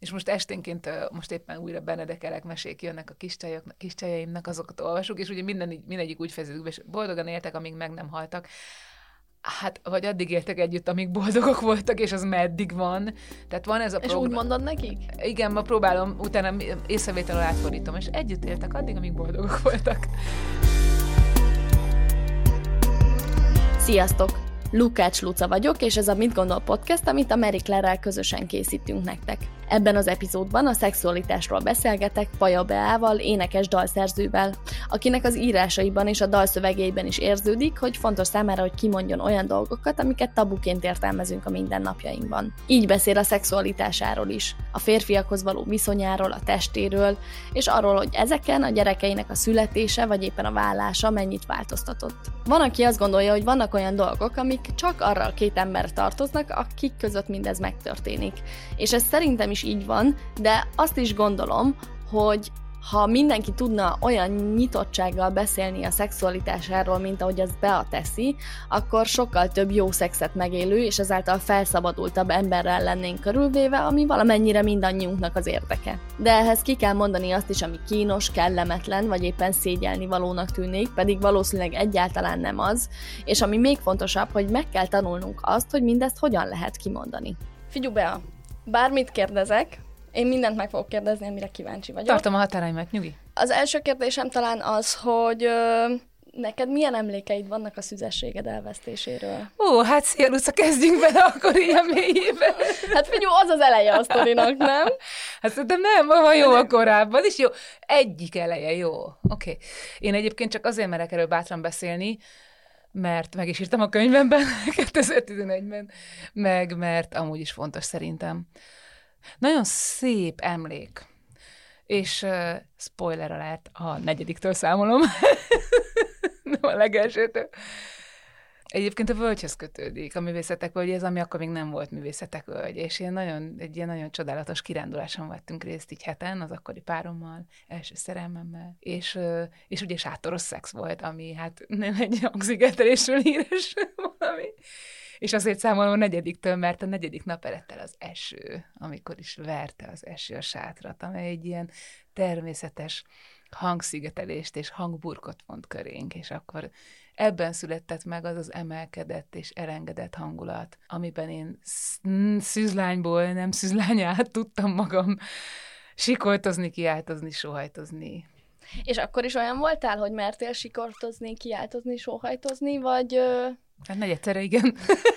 És most esténként, most éppen újra Benedek mesék jönnek a kiscsajaimnak, azokat olvasok, és ugye mindegyik úgy fejeződik be, és boldogan éltek, amíg meg nem haltak. Hát, vagy addig éltek együtt, amíg boldogok voltak, és az meddig van. Tehát van ez a És úgy mondod nekik? Igen, ma próbálom, utána észrevételről átfordítom, és együtt éltek addig, amíg boldogok voltak. Sziasztok! Lukács Luca vagyok, és ez a Mit Gondol podcast, amit a Mary Claire-rel közösen készítünk nektek. Ebben az epizódban a szexualitásról beszélgetek Paja Beával, énekes dalszerzővel, akinek az írásaiban és a dalszövegeiben is érződik, hogy fontos számára, hogy kimondjon olyan dolgokat, amiket tabuként értelmezünk a mindennapjainkban. Így beszél a szexualitásáról is, a férfiakhoz való viszonyáról, a testéről, és arról, hogy ezeken a gyerekeinek a születése vagy éppen a vállása mennyit változtatott. Van, aki azt gondolja, hogy vannak olyan dolgok, amik csak arra a két ember tartoznak, akik között mindez megtörténik. És ez szerintem is így van, de azt is gondolom, hogy ha mindenki tudna olyan nyitottsággal beszélni a szexualitásáról, mint ahogy az Bea teszi, akkor sokkal több jó szexet megélő, és ezáltal felszabadultabb emberrel lennénk körülvéve, ami valamennyire mindannyiunknak az érdeke. De ehhez ki kell mondani azt is, ami kínos, kellemetlen, vagy éppen szégyelni valónak tűnik, pedig valószínűleg egyáltalán nem az, és ami még fontosabb, hogy meg kell tanulnunk azt, hogy mindezt hogyan lehet kimondani. Figyelj, Bea, bármit kérdezek, én mindent meg fogok kérdezni, amire kíváncsi vagyok. Tartom a határaimat, nyugi. Az első kérdésem talán az, hogy neked milyen emlékeid vannak a szüzességed elvesztéséről? Hát szia, Luca, kezdjünk bele akkor ilyen mélyébe. Hát figyelj, az az eleje a sztorinak, nem? Hát szerintem nem, van jó a korábban is, jó. Egyik eleje, jó. Oké. Én egyébként csak azért merek erről bátran beszélni, mert meg is írtam a könyvemben 2011-ben, meg mert amúgy is fontos szerintem. Nagyon szép emlék, és spoiler alert, a 4. számolom, nem a legelsőtől. Egyébként a völgyhöz kötődik, a művészetek völgy, ez ami akkor még nem volt művészetek völgy, és egy ilyen nagyon csodálatos kiránduláson vettünk részt így heten, az akkori párommal, első szerelmemmel, és ugye sátoros szex volt, ami hát nem egy hangszigetelésről híres valami. És azért számolom a 4. mert a 4. nap eredt el az eső, amikor is verte az eső a sátrat, amely egy ilyen természetes hangszigetelést és hangburkot vont körénk, és akkor ebben született meg az az emelkedett és elengedett hangulat, amiben én szűzlányból nem szűzlányát tudtam magam sikoltozni, kiáltozni, sóhajtozni. És akkor is olyan voltál, hogy mertél sikoltozni, kiáltozni, sóhajtozni, vagy... Hát egyszerre igen.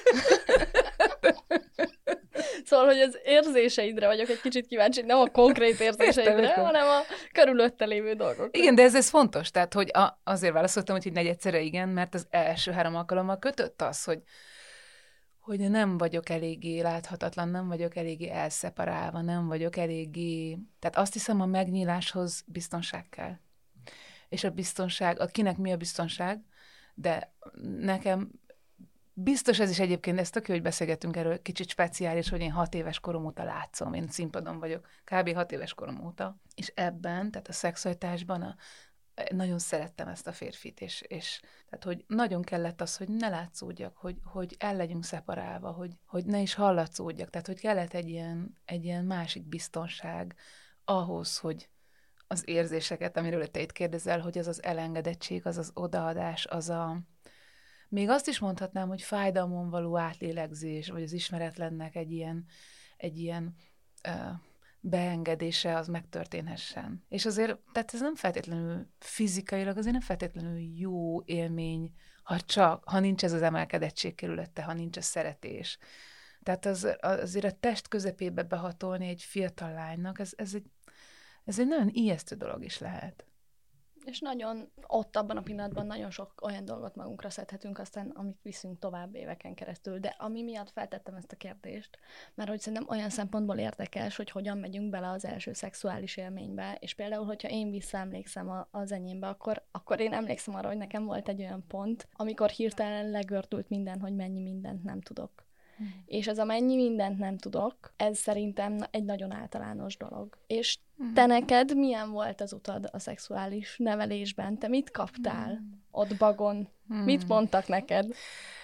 Szóval, hogy az érzéseidre vagyok egy kicsit kíváncsi, nem a konkrét érzéseidre, értem. Hanem a körülötte lévő dolgokra. Igen, de ez fontos, tehát hogy azért válaszoltam, hogy egyszerre igen, mert az első 3 alkalommal kötött az, hogy nem vagyok eléggé láthatatlan, nem vagyok eléggé elszeparálva, nem vagyok eléggé... Tehát azt hiszem, a megnyíláshoz biztonság kell. És a biztonság, kinek mi a biztonság, de nekem biztos ez is egyébként, ez tök jó, hogy beszélgetünk erről, kicsit speciális, hogy én 6 éves korom óta látszom, én színpadon vagyok, kb. 6 éves korom óta, és ebben, tehát a szexualitásban nagyon szerettem ezt a férfit, és tehát, hogy nagyon kellett az, hogy ne látszódjak, hogy el legyünk szeparálva, hogy ne is hallatszódjak, tehát, hogy kellett egy ilyen másik biztonság ahhoz, hogy az érzéseket, amiről te itt kérdezel, hogy az az elengedettség, az az odaadás, még azt is mondhatnám, hogy fájdalmon való átlélegzés, vagy az ismeretlennek egy ilyen beengedése az megtörténhessen. És azért, tehát ez nem feltétlenül fizikailag, azért nem feltétlenül jó élmény, ha nincs ez az emelkedettség körülötte, ha nincs a szeretés. Tehát azért a test közepébe behatolni egy fiatal lánynak, ez egy nagyon ijesztő dolog is lehet. És nagyon ott abban a pillanatban nagyon sok olyan dolgot magunkra szedhetünk, aztán amit viszünk tovább éveken keresztül. De ami miatt feltettem ezt a kérdést, mert hogy szerintem olyan szempontból érdekes, hogy hogyan megyünk bele az első szexuális élménybe, és például, hogyha én visszaemlékszem az enyémbe, akkor én emlékszem arra, hogy nekem volt egy olyan pont, amikor hirtelen legördült minden, hogy mennyi mindent nem tudok. És ez a mennyi mindent nem tudok, ez szerintem egy nagyon általános dolog. És te neked milyen volt az utad a szexuális nevelésben? Te mit kaptál ott Bagon? Mit mondtak neked?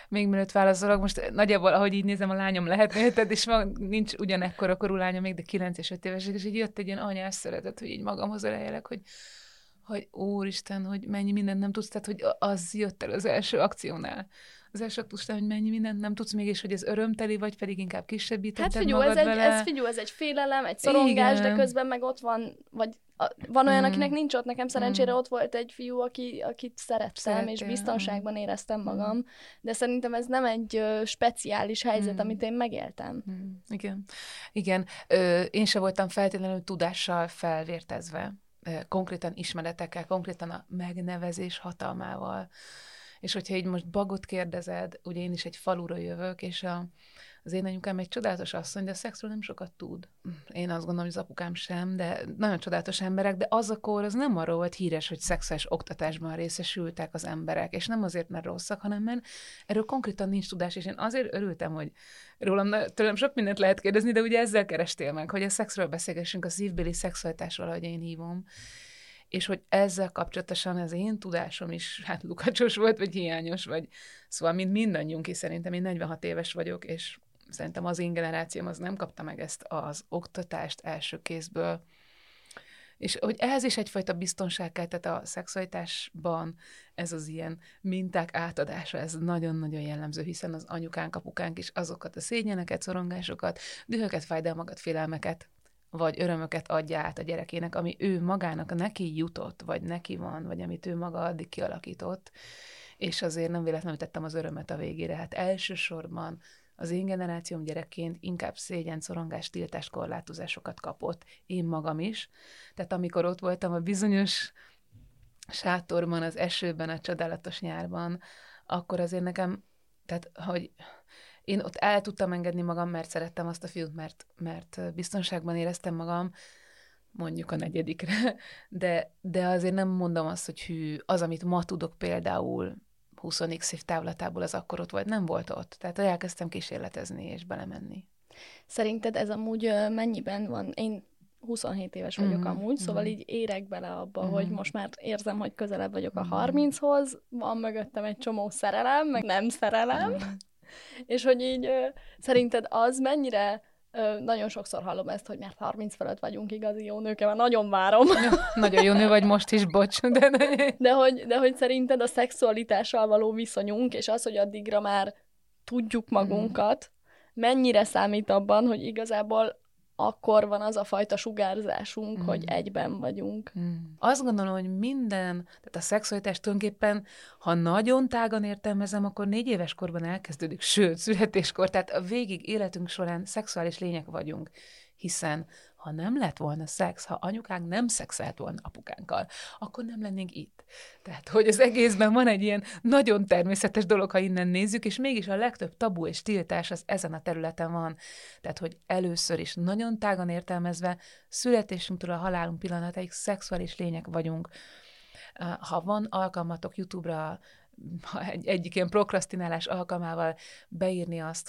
még mielőtt válaszolok, most nagyjából, ahogy így nézem, a lányom lehetne, és nincs ugyanekkora korú lánya még, de 9 és 5 éves, és így jött egy ilyen anyás szeretet, hogy így magamhoz elejjelek, hogy úristen, hogy mennyi mindent nem tudsz, tehát hogy az jött el az első akciónál. Az első aktusnál, hogy mennyi mindent nem tudsz még, és hogy ez örömteli, vagy pedig inkább kisebbítetted magad vele. Ez egy félelem, egy szorongás, igen. De közben meg ott van, vagy van olyan, akinek nincs ott, nekem szerencsére ott volt egy fiú, akit szerettem, és biztonságban éreztem magam, de szerintem ez nem egy speciális helyzet, amit én megéltem. Igen. Én se voltam feltétlenül tudással felvértezve, konkrétan ismeretekkel, konkrétan a megnevezés hatalmával. És hogyha így most Bagot kérdezed, ugye én is egy faluról jövök, és az én anyukám egy csodálatos asszony, de a szexről nem sokat tud. Én azt gondolom, hogy az apukám sem, de nagyon csodálatos emberek, de az a kor az nem arról volt híres, hogy szexuális oktatásban részesültek az emberek, és nem azért, mert rosszak, hanem mert erről konkrétan nincs tudás, és én azért örültem, hogy tőlem sok mindent lehet kérdezni, de ugye ezzel kerestél meg, hogy a szexről beszélgessünk, a szívbéli szexualitásról, ahogy én hívom. És hogy ezzel kapcsolatosan az én tudásom is lukacsos volt, vagy hiányos, vagy szóval mint mindannyiunk is szerintem, én 46 éves vagyok, és szerintem az én generációm az nem kapta meg ezt az oktatást első kézből. És hogy ehhez is egyfajta biztonság kell, tehát a szexualitásban ez az ilyen minták átadása, ez nagyon-nagyon jellemző, hiszen az anyukánk, apukánk is azokat a szégyeneket, szorongásokat, dühöket, fájdalmakat, félelmeket, vagy örömöket adja át a gyerekének, ami ő magának neki jutott, vagy neki van, vagy amit ő maga addig kialakított, és azért nem véletlenül tettem az örömet a végére. Hát elsősorban az én generációm gyerekként inkább szégyen, szorongás, tiltás, korlátozásokat kapott, én magam is. Tehát amikor ott voltam a bizonyos sátorban, az esőben, a csodálatos nyárban, akkor azért nekem, tehát hogy én ott el tudtam engedni magam, mert szerettem azt a fiút, mert biztonságban éreztem magam, mondjuk a 4. de azért nem mondom azt, hogy hű, az, amit ma tudok például 20x év távlatából, az akkor ott volt, nem volt ott. Tehát elkezdtem kísérletezni és belemenni. Szerinted ez amúgy mennyiben van? Én 27 éves vagyok amúgy, szóval így érek bele abba, hogy most már érzem, hogy közelebb vagyok a 30-hoz, van mögöttem egy csomó szerelem, meg nem szerelem, és hogy így szerinted az mennyire, nagyon sokszor hallom ezt, hogy mert 30 fölött vagyunk igazi jó nők, mert nagyon várom. Nagyon jó nő vagy most is, bocs. De hogy szerinted a szexualitással való viszonyunk, és az, hogy addigra már tudjuk magunkat, mennyire számít abban, hogy igazából akkor van az a fajta sugárzásunk, hogy egyben vagyunk. Azt gondolom, hogy tehát a szexualitás tulajdonképpen, ha nagyon tágan értelmezem, akkor 4 éves korban elkezdődik, sőt, születéskor, tehát a végig életünk során szexuális lények vagyunk, hiszen ha nem lett volna szex, ha anyukánk nem szexelt volna apukánkkal, akkor nem lennénk itt. Tehát, hogy az egészben van egy ilyen nagyon természetes dolog, ha innen nézzük, és mégis a legtöbb tabu és tiltás az ezen a területen van. Tehát, hogy először is nagyon tágan értelmezve születésünktől a halálunk pillanatáig szexuális lények vagyunk. Ha van alkalmatok YouTube-ra, egyik ilyen prokrastinálás alkalmával beírni azt,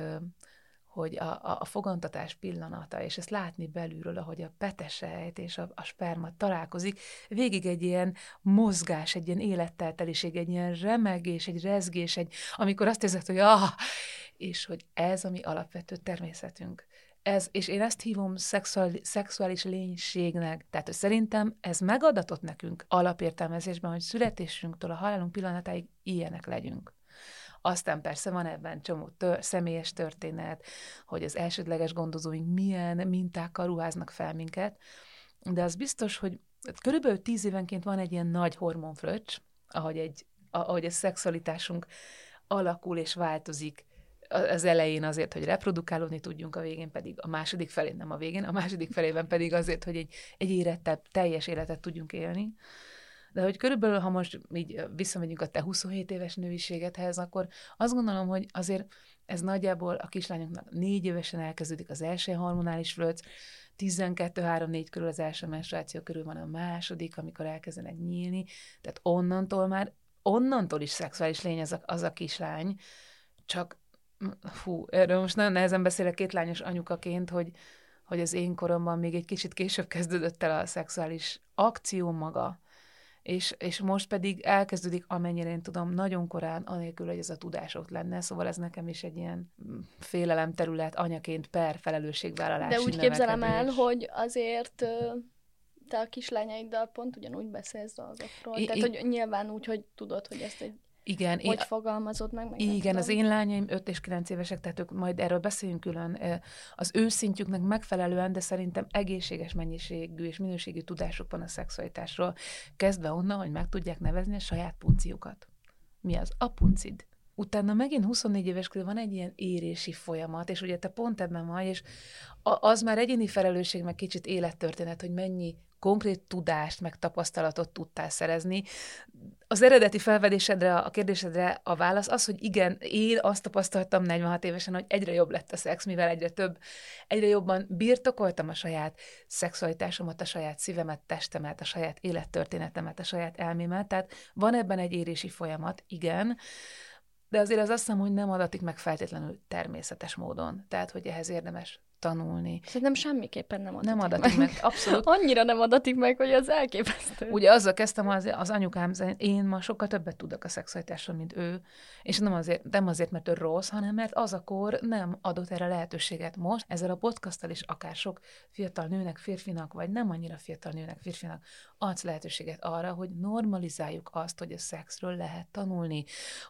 hogy a fogantatás pillanata, és ezt látni belülről, ahogy a petesejt és a sperma találkozik, végig egy ilyen mozgás, egy ilyen élettelteliség, egy ilyen remegés, egy rezgés, amikor azt érzed, hogy és hogy ez a mi alapvető természetünk. És én ezt hívom szexuális lénységnek. Tehát, hogy szerintem ez megadatott nekünk alapértelmezésben, hogy születésünktől a halálunk pillanatáig ilyenek legyünk. Aztán persze van ebben csomó személyes történet, hogy az elsődleges gondozóink milyen mintákkal ruháznak fel minket, de az biztos, hogy körülbelül 10 évenként van egy ilyen nagy hormonfröccs, ahogy a szexualitásunk alakul és változik az elején azért, hogy reprodukálódni tudjunk, a végén pedig a második felén, nem a végén, a második felében pedig azért, hogy egy érettebb, teljes életet tudjunk élni. De hogy körülbelül, ha most így visszamegyünk a te 27 éves nőiségedhez, akkor azt gondolom, hogy azért ez nagyjából a kislányoknak 4 évesen elkezdődik az első hormonális fröcc, 12-3-4 körül az első menstruáció körül van a második, amikor elkezdenek nyílni, tehát onnantól is szexuális lény az a kislány, csak erről most nagyon nehezen beszélek 2 lányos anyukaként, hogy az én koromban még egy kicsit később kezdődött el a szexuális akció maga, És most pedig elkezdődik, amennyire én tudom, nagyon korán, anélkül, hogy ez a tudás ott lenne, szóval ez nekem is egy ilyen félelemterület anyaként per felelősségvállalási De úgy növekedés. képzelem el, hogy azért te a kislányaiddal pont ugyanúgy beszélsz dolgokról. Tehát, hogy nyilván úgy, hogy tudod, hogy ezt hogy fogalmazod meg igen, az én lányaim 5 és 9 évesek, tehát ők majd erről beszéljünk külön. Az ő szintjüknek megfelelően, de szerintem egészséges mennyiségű és minőségű tudásuk van a szexualitásról, kezdve onnan, hogy meg tudják nevezni a saját punciukat. Mi az? A puncid. Utána megint 24 éves körül van egy ilyen érési folyamat, és ugye te pont ebben vagy, és az már egyéni felelősség, meg kicsit élettörténet, hogy mennyi konkrét tudást, meg tapasztalatot tudtál szerezni. Az eredeti felvedésedre, a kérdésedre a válasz az, hogy igen, én azt tapasztaltam 46 évesen, hogy egyre jobb lett a szex, mivel egyre jobban birtokoltam a saját szexualitásomat, a saját szívemet, testemet, a saját élettörténetemet, a saját elmémet, tehát van ebben egy érési folyamat, igen, de azért azt hiszem, hogy nem adatik meg feltétlenül természetes módon. Tehát, hogy ehhez érdemes tanulni. Szerintem semmiképpen nem adatik meg. Abszolút. Annyira nem adatik meg, hogy az elképesztő. Ugye azzal kezdtem, az anyukám, én ma sokkal többet tudok a szexualitásról, mint ő, és nem azért, mert ő rossz, hanem mert az a kor nem adott erre lehetőséget. Most ezzel a podcasttal is akár sok fiatal nőnek, férfinak, vagy nem annyira fiatal nőnek, férfinak adsz lehetőséget arra, hogy normalizáljuk azt, hogy a szexről lehet tanulni.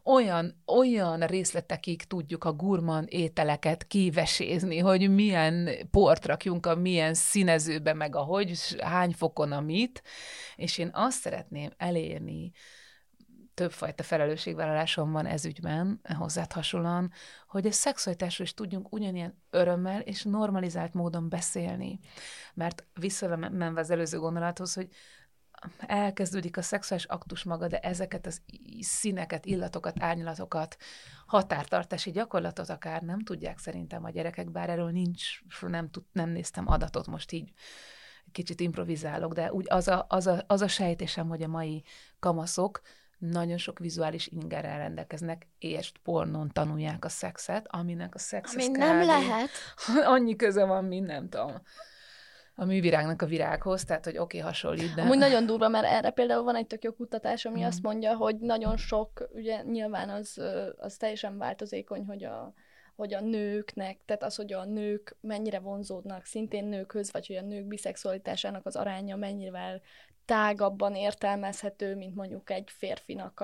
Olyan részletekig tudjuk a gurmand ételeket kivesézni, hogy milyen port rakjunk a milyen színezőbe, meg hány fokon a mit, és én azt szeretném elérni, többfajta felelősségvállalásom van ez ügyben, hozzád hasonlóan, hogy a szexualitásról is tudjunk ugyanilyen örömmel és normalizált módon beszélni. Mert visszamenve az előző gondolathoz, hogy elkezdődik a szexuális aktus maga, de ezeket az színeket, illatokat, árnyalatokat, határtartási gyakorlatot akár nem tudják szerintem a gyerekek, bár erről nem néztem adatot, most így kicsit improvizálok, de úgy az a sejtésem, hogy a mai kamaszok nagyon sok vizuális ingerrel rendelkeznek, és pornón tanulják a szexet, aminek a szexhez nem lehet. Annyi köze van, mint nem tudom. A művirágnak a virághoz, tehát, hogy oké, hasonlít, de... Amúgy nagyon durva, mert erre például van egy tök jó kutatás, ami azt mondja, hogy nagyon sok, ugye nyilván az teljesen változékony, hogy a nőknek, tehát az, hogy a nők mennyire vonzódnak szintén nőkhöz, vagy hogy a nők biszexualitásának az aránya mennyivel tágabban értelmezhető, mint mondjuk egy férfinak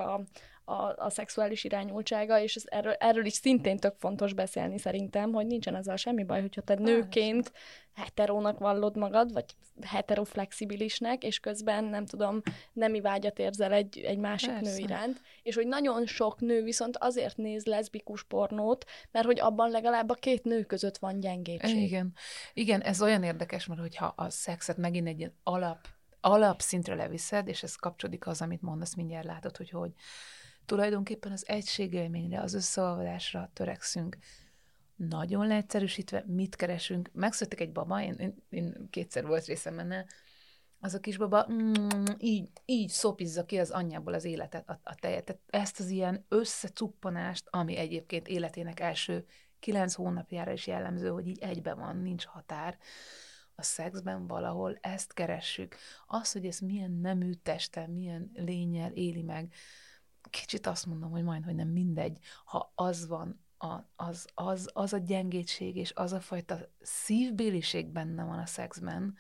a szexuális irányultsága, és erről is szintén tök fontos beszélni szerintem, hogy nincsen ezzel semmi baj, hogyha te nőként heterónak vallod magad, vagy heteroflexibilisnek, és közben, nem tudom, nemi vágyat érzel egy másik nő iránt, és hogy nagyon sok nő viszont azért néz leszbikus pornót, mert hogy abban legalább a két nő között van gyengétség. Igen, ez olyan érdekes, mert hogyha a szexet megint egy ilyen alapszintre leviszed, és ez kapcsolódik az, amit mondasz, mindjárt látod, hogy tulajdonképpen az egységélményre, az összeolvadásra törekszünk. Nagyon leegyszerűsítve, mit keresünk? Megszületik egy baba, én 2-szer volt részem benne, az a kisbaba így szopizza ki az anyjából az életet, a tejet. Tehát ezt az ilyen összecuppanást, ami egyébként életének első 9 hónapjára is jellemző, hogy így egyben van, nincs határ. A szexben valahol ezt keressük. Az, hogy ez milyen nemű testtel, milyen lénnyel éli meg, kicsit azt mondom, hogy majdnem, hogy nem mindegy, ha az van, az a gyengétség, és az a fajta szívbéliség benne van a szexben,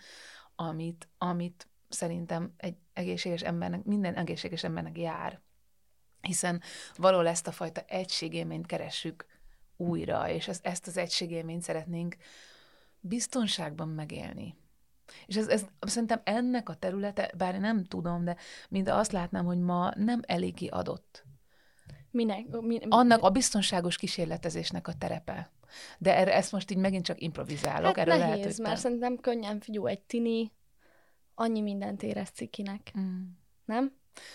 amit szerintem egy egészséges embernek, minden egészséges embernek jár. Hiszen valahol ezt a fajta egységélményt keressük újra, és ezt az egységélményt szeretnénk biztonságban megélni. És ez szerintem ennek a területe, bár én nem tudom, de mind azt látnám, hogy ma nem eléggé adott. Minek? Annak a biztonságos kísérletezésnek a terepe. De ezt most így megint csak improvizálok. Hát erről nehéz, mert szerintem könnyen figyú egy tini, annyi mindent érez cikinek. Nem?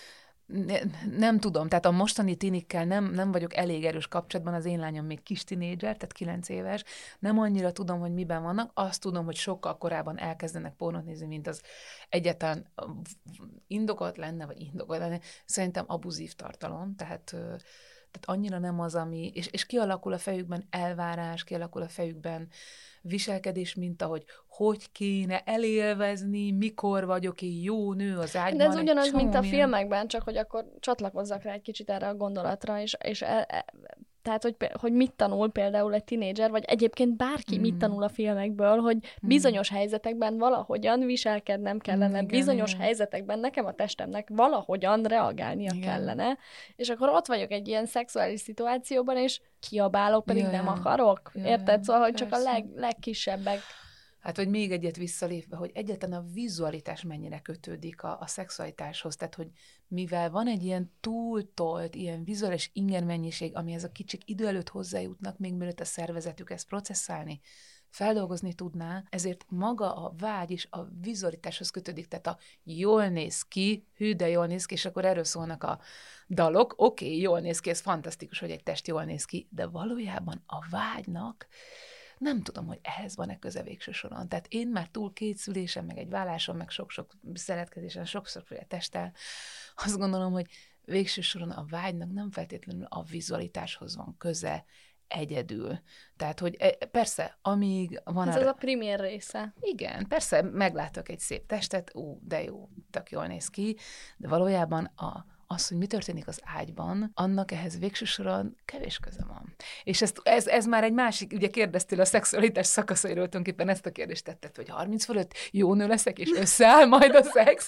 Nem tudom, tehát a mostani tinikkel nem vagyok elég erős kapcsolatban, az én lányom még kis tinédzser, tehát 9 éves, nem annyira tudom, hogy miben vannak, azt tudom, hogy sokkal korábban elkezdenek pornót nézni, mint az egyáltalán indokolt lenne, szerintem abuzív tartalom, tehát annyira nem az, ami, és kialakul a fejükben elvárás, kialakul a fejükben viselkedés minta, hogy kéne elélvezni, mikor vagyok én jó nő az ágyban. De ez ugyanaz, mint a filmekben, csak hogy akkor csatlakozzak rá egy kicsit erre a gondolatra, és tehát, hogy mit tanul például egy tinédzser, vagy egyébként bárki mit tanul a filmekből, hogy bizonyos helyzetekben valahogyan viselkednem kellene, bizonyos helyzetekben nekem a testemnek valahogyan reagálnia kellene, és akkor ott vagyok egy ilyen szexuális szituációban, és kiabálok, pedig nem akarok. Érted? Szóval, hogy csak a legkisebbek. Hát, vagy még egyet visszalépve, hogy egyáltalán a vizualitás mennyire kötődik a szexualitáshoz, tehát, hogy mivel van egy ilyen túltolt, ilyen vizuális ingermennyiség, amihez a kicsik idő előtt hozzájutnak, még mielőtt a szervezetük ezt processzálni, feldolgozni tudná, ezért maga a vágy is a vizualitáshoz kötődik, tehát a jól néz ki, hű, de jól néz ki, és akkor erről szólnak a dalok, oké, jól néz ki, ez fantasztikus, hogy egy test jól néz ki, de valójában a vágynak nem tudom, hogy ehhez van-e köze végső soron. Tehát én már túl 2 szülésen, meg egy válláson, meg sok-sok szeretkezésen, sokszor testtel, azt gondolom, hogy végső soron a vágynak nem feltétlenül a vizualitáshoz van köze egyedül. Tehát, hogy persze, amíg van... Ez a primér része. Igen, persze, meglátok egy szép testet, de jó, tök jól néz ki, de valójában az, hogy mi történik az ágyban, annak ehhez végső soron kevés köze van. És ez már egy másik, ugye kérdeztél a szexualitás szakaszairól, tulajdonképpen ezt a kérdést tetted, hogy 30 fölött jó nő leszek, és összeáll majd a szex.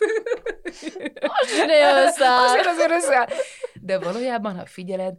Azért összeáll. De valójában, ha figyeled,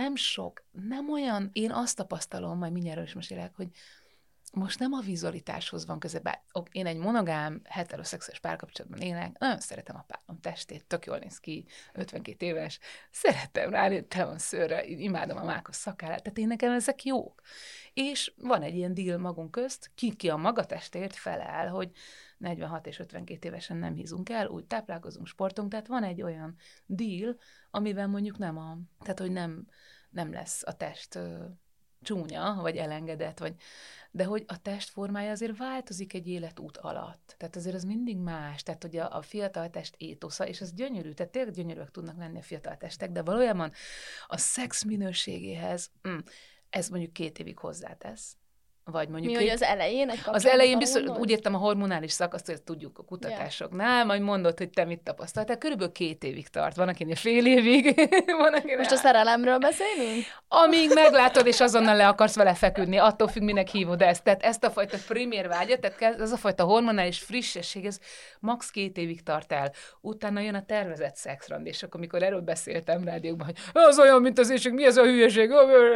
nem olyan, én azt tapasztalom, majd mindjárt is mesélek, hogy most nem a vizualitáshoz van köze, bár én egy monogám, heteroszexuális párkapcsolatban élek, nagyon szeretem a párom testét, tök jól néz ki, 52 éves, szeretem rá, te van szőrre, imádom a mákos szakállát, tehát én nekem ezek jók. És van egy ilyen deal magunk közt, ki a maga testért feláll, hogy 46 és 52 évesen nem hízunk el, úgy táplálkozunk, sportunk, tehát van egy olyan deal, amiben mondjuk tehát hogy nem lesz a test csúnya, vagy elengedett, de hogy a testformája azért változik egy életút alatt. Tehát azért az mindig más. Tehát, hogy a fiatal test étosza, és az gyönyörű, tehát tényleg gyönyörűek tudnak lenni a fiatal testek, de valójában a szex minőségéhez ez mondjuk 2 évig hozzátesz. Vagy mondjuk hogy az elején? Az elején biztos, úgy értem a hormonális szakaszt, hogy ezt tudjuk a kutatásoknál, majd mondod, hogy te mit tapasztaltál. Körülbelül 2 évig tart. Van, akinél fél évig. Van, akinél... Most a szerelemről beszélünk? Amíg meglátod, és azonnal le akarsz vele feküdni, attól függ, minek hívod ezt. Tehát ezt a fajta primér vágyat, tehát ez a fajta hormonális frissesség, ez max 2 évig tart el. Utána jön a tervezett szexrandi, és akkor, amikor erről beszéltem rádiókban, hogy az olyan, mint az éjség, mi ez a hülyeség?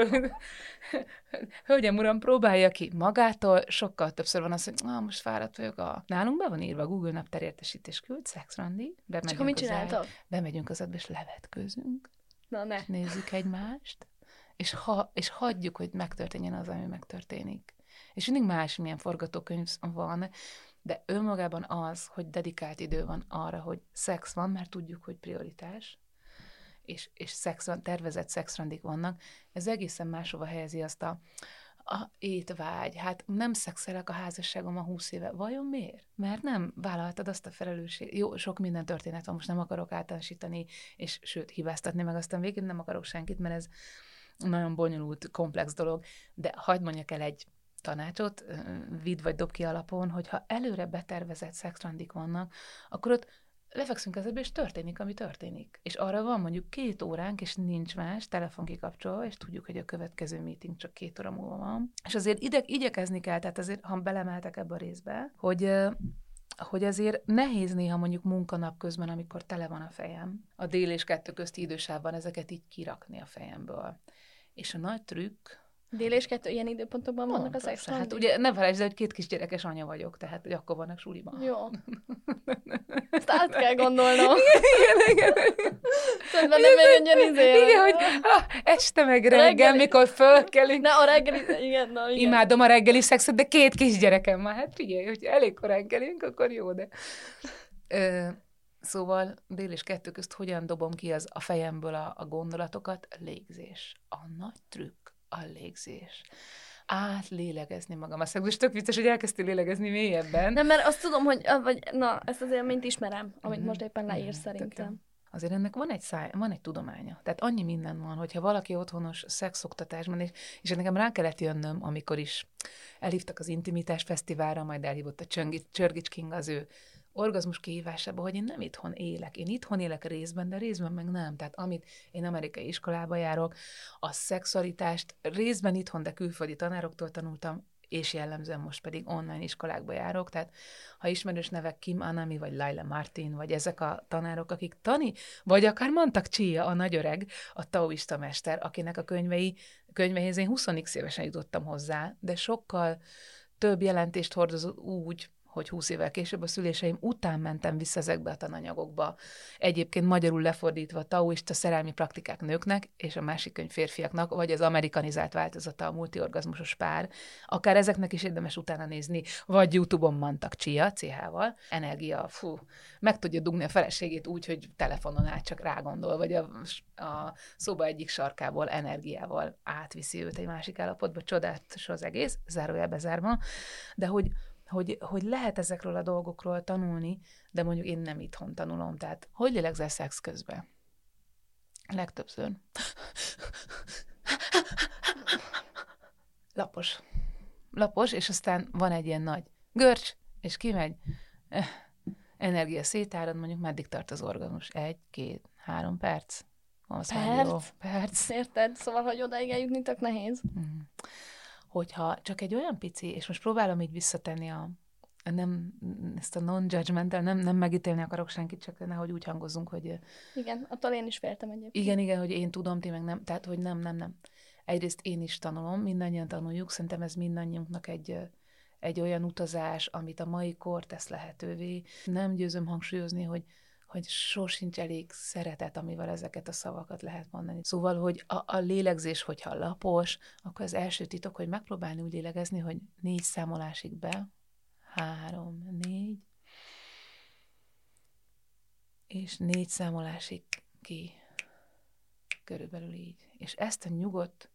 Hölgyem, uram, próbálja ki magától, sokkal többször van az, hogy most fáradt vagyok. Nálunk be van írva a Google napterértesítés küld, szexrandi. Csak mit csináltok? Bemegyünk az adba, és levetkőzünk. Na ne. És nézzük egymást, és hagyjuk, hogy megtörténjen az, ami megtörténik. És mindig másmilyen forgatókönyv van, de önmagában az, hogy dedikált idő van arra, hogy szex van, mert tudjuk, hogy prioritás, és tervezett szexrandik vannak, ez egészen máshova helyezi azt a étvágy. Hát nem szexelek a házasságomban 20 éve. Vajon miért? Mert nem vállaltad azt a felelősséget. Jó, sok minden történet van, most nem akarok általánosítani, és sőt, hibáztatni, meg aztán végén nem akarok senkit, mert ez nagyon bonyolult, komplex dolog, de hagyd mondjak el egy tanácsot, vidd vagy dob ki alapon, hogyha előre betervezett szexrandik vannak, akkor ott lefekszünk az ebbe, és történik, ami történik. És arra van mondjuk 2 óránk, és nincs más, telefon kikapcsolva, és tudjuk, hogy a következő meeting csak 2 óra múlva van. És azért igyekezni kell, tehát azért, ha belemeltek ebbe a részbe, hogy azért nehéz néha mondjuk munkanap közben, amikor tele van a fejem, a dél és 2 közti idősávban ezeket így kirakni a fejemből. És a nagy trükk, dél és 2 ilyen időpontokban vannak a szexrandik? Hát ugye ne felejtsd, hogy 2 kisgyerekes anya vagyok, tehát hogy akkor vannak suliban. Jó. Ezt át kell gondolnom. Igen. Tudod, nem egy olyan Igen, hogy este meg reggel, mikor fölkelünk. Ne, a reggeli, igen. Imádom a reggeli szexet, de 2 kisgyerekem már. Hát figyelj, hogy elég korán kelünk, akkor jó, de... Szóval dél és 2 közt hogyan dobom ki a fejemből a gondolatokat? Légzés. A nagy trükk. A légzés. Átlélegezni magam. A szexus tök vicces, hogy elkezdtél lélegezni mélyebben. Nem, mert azt tudom, hogy ezt az élményt ismerem, amit most éppen leírsz szerintem. azért ennek van egy tudománya. Tehát annyi minden van, hogyha valaki otthonos szexoktatásban, és nekem rá kellett jönnöm, amikor is elhívtak az Intimitás Fesztiválra, majd elhívott a Csörgics Kinga az ő orgazmus kihívásába, hogy én nem itthon élek. Én itthon élek részben, de részben meg nem. Tehát amit én amerikai iskolába járok, a szexualitást részben itthon, de külföldi tanároktól tanultam, és jellemzően most pedig online iskolákba járok, tehát ha ismerős nevek Kim Anami, vagy Laila Martin, vagy ezek a tanárok, akik vagy akár Mantak Chia, a nagyöreg, a taoista mester, akinek a könyveihez én 20 évesen jutottam hozzá, de sokkal több jelentést hordozott úgy, hogy 20 évvel később a szüléseim után mentem vissza ezekbe a tananyagokba. Egyébként magyarul lefordítva taoista szerelmi praktikák nőknek, és a másik könyv férfiaknak, vagy az amerikanizált változata a multiorgazmusos pár. Akár ezeknek is érdemes utána nézni, vagy YouTube-on Mantak Chia, CH-val. Energia, meg tudja dugni a feleségét úgy, hogy telefonon át csak rágondol, vagy a szoba egyik sarkából energiával átviszi őt egy másik állapotba. Csodálatos az egész, zárójelbe zárva, de hogy lehet ezekről a dolgokról tanulni, de mondjuk én nem itthon tanulom. Tehát hogy lélegzel szex közben? Legtöbbször. Lapos, és aztán van egy ilyen nagy görcs, és kimegy, energia szétárad, mondjuk meddig tart az orgazmus? 1, 2, 3 perc? Perc. Érted? Szóval, hogy odaig eljutni, tök nehéz. Hogyha csak egy olyan pici, és most próbálom így visszatenni ezt a non-judgmental, nem megítélni akarok senkit, csak nehogy úgy hangozzunk, hogy... Igen, attól én is féltem egyébként. Igen, hogy én tudom, ti meg nem. Tehát, hogy nem. Egyrészt én is tanulom, mindannyian tanuljuk, szerintem ez mindannyiunknak egy olyan utazás, amit a mai kor tesz lehetővé. Nem győzöm hangsúlyozni, hogy sosincs elég szeretet, amivel ezeket a szavakat lehet mondani. Szóval, hogy a lélegzés, hogyha lapos, akkor az első titok, hogy megpróbálni úgy lélegezni, hogy 4 számolásig be, 3, 4, és 4 számolásig ki. Körülbelül így. És ezt a nyugodt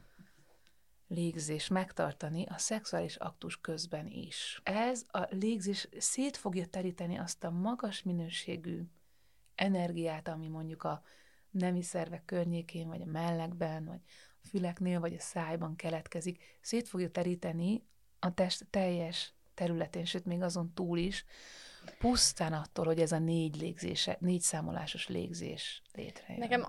légzés megtartani a szexuális aktus közben is. Ez a légzés szét fogja teríteni azt a magas minőségű energiát, ami mondjuk a nemi szervek környékén, vagy a mellekben, vagy a füleknél, vagy a szájban keletkezik. Szét fogja teríteni a test teljes területén, sőt még azon túl is, pusztán attól, hogy ez a 4 számolásos légzés létrejön. Nekem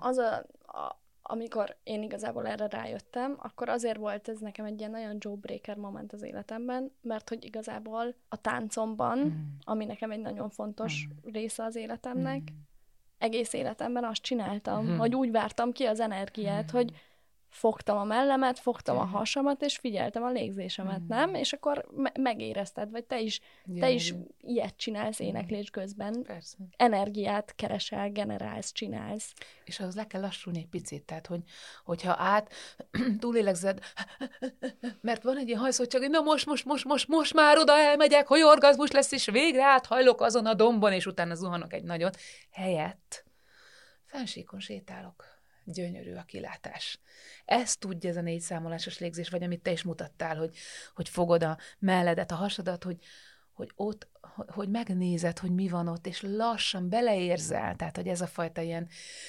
amikor én igazából erre rájöttem, akkor azért volt ez nekem egy ilyen nagyon jawbreaker moment az életemben, mert hogy igazából a táncomban, ami nekem egy nagyon fontos része az életemnek, egész életemben azt csináltam, hogy úgy vártam ki az energiát, hogy fogtam a mellemet, fogtam a hasamat, és figyeltem a légzésemet, nem? És akkor megérezted, vagy te is ilyet csinálsz éneklés közben. Persze. Energiát keresel, generálsz, csinálsz. És ahhoz le kell lassulni egy picit, tehát hogyha túlélegzed, mert van egy ilyen hajszoltság, hogy na most már oda elmegyek, hogy orgazmus lesz, és végre áthajlok azon a dombon, és utána zuhanok egy nagyot. Helyett fensíkon sétálok. Gyönyörű a kilátás. Ezt tudja ez a 4 számolásos légzés, vagy amit te is mutattál, hogy fogod a melledet, a hasadat, hogy ott, hogy megnézed, hogy mi van ott, és lassan beleérzel, tehát, hogy ez a fajta ilyen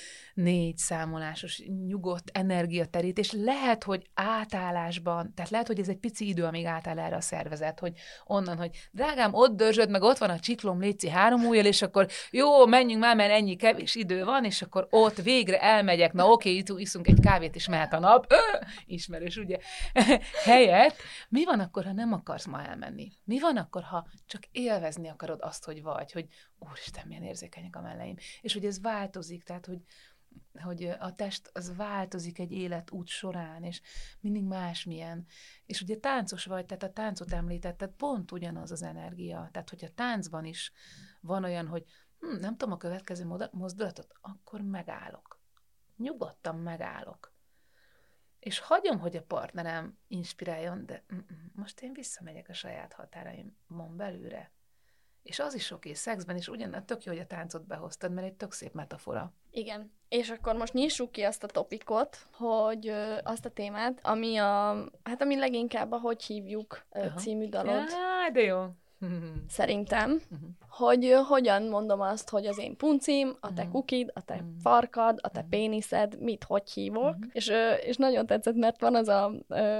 4 számolásos, nyugodt energiaterítés, lehet, hogy átállásban, tehát lehet, hogy ez egy pici idő, amíg átáll erre a szervezet, hogy onnan, hogy drágám, ott dörzsöd, meg ott van a csiklóm, léci 3 ujjal, és akkor jó, menjünk már, mert ennyi kevés idő van, és akkor ott végre elmegyek, na oké, iszunk egy kávét, és mehet a nap, ismerős, ugye? Helyett, mi van akkor, ha nem akarsz ma elmenni? Mi van akkor, ha csak élvezni akarod azt, hogy vagy, hogy úristen, milyen érzékenyek a melleim, és hogy ez változik, tehát, hogy a test az változik egy életút során, és mindig másmilyen. És ugye táncos vagy, tehát a táncot említetted, pont ugyanaz az energia. Tehát, hogyha táncban is van olyan, hogy nem tudom a következő mozdulatot, akkor megállok. Nyugodtan megállok. És hagyom, hogy a partnerem inspiráljon, de most én visszamegyek a saját határaimon belőle. És az is oké, szexben is ugyanaz, tök jó, hogy a táncot behoztad, mert egy tök szép metafora. Igen. És akkor most nyissuk ki azt a topikot, hogy azt a témát, ami leginkább a Hogy hívjuk címú dalod. Ja, de jó. szerintem, hogy hogyan mondom azt, hogy az én puncim, a te kukid, a te farkad, a te péniszed, mit, hogy hívok. És nagyon tetszett, mert van az a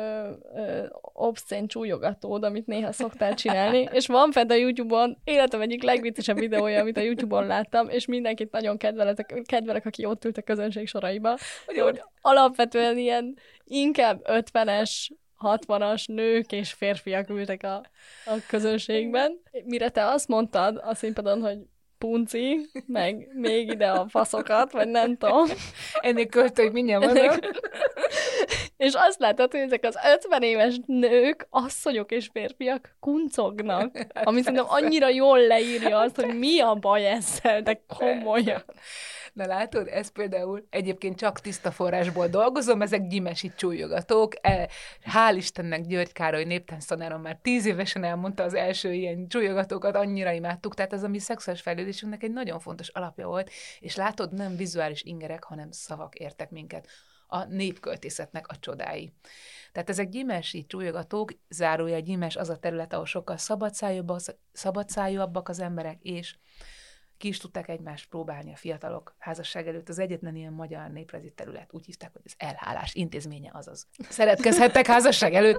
obszcén csúlyogatód, amit néha szoktál csinálni, és van fent a YouTube-on, életem egyik legviccesebb videója, amit a YouTube-on láttam, és mindenkit nagyon kedvelek, aki ott ült a közönség soraiba, hogy alapvetően ilyen inkább 50-es, 60-as nők és férfiak ültek a közönségben. Mire te azt mondtad a színpadon, hogy punci, meg még ide a faszokat, vagy nem tudom. Ennél költői mindjárt vannak. És azt látod, hogy ezek az 50 éves nők, asszonyok és férfiak kuncognak, ami szerintem annyira jól leírja azt, hogy mi a baj ezzel, de komolyan. Na látod, ez például egyébként csak tiszta forrásból dolgozom, ezek gyimesi csúlyogatók. Hál' Istennek György Károly néptánctanárom már 10 évesen elmondta az első ilyen csúlyogatókat, annyira imádtuk, tehát ez a mi szexuális fejlődésünknek egy nagyon fontos alapja volt, és látod, nem vizuális ingerek, hanem szavak értek minket. A népköltészetnek a csodái. Tehát ezek gyimesi csúlyogatók, zárójel gyímes az a terület, ahol sokkal szabadszájúbbak az emberek, és ki is tudták egymást próbálni a fiatalok házasság előtt. Az egyetlen ilyen magyar néprajzi terület. Úgy hívták, hogy az elhálás intézménye, azaz. Szeretkezhettek házasság előtt.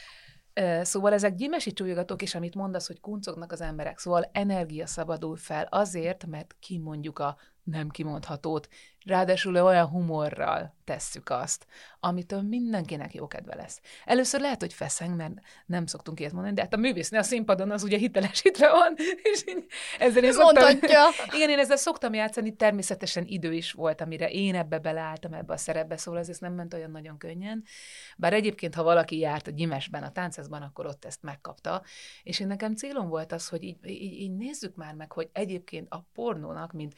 Szóval ezek gyimesi csúlyogatók, és amit mondasz, hogy kuncognak az emberek, szóval energia szabadul fel azért, mert kimondjuk a nem kimondhatót, ráadásul olyan humorral tesszük azt, amitől mindenkinek jó kedve lesz. Először lehet, hogy feszeng, mert nem szoktunk ilyet mondani, de hát a művésznő a színpadon az ugye hitelesítve van, és ezzel én igen, én ezzel szoktam játszani, természetesen idő is volt, amire én ebbe beleálltam, ebbe a szerepbe, szóval ez nem ment olyan nagyon könnyen. Bár egyébként, ha valaki járt a gyimesben, a tánceszben, akkor ott ezt megkapta, és én nekem célom volt az, hogy így nézzük már meg, hogy egyébként a pornónak, mint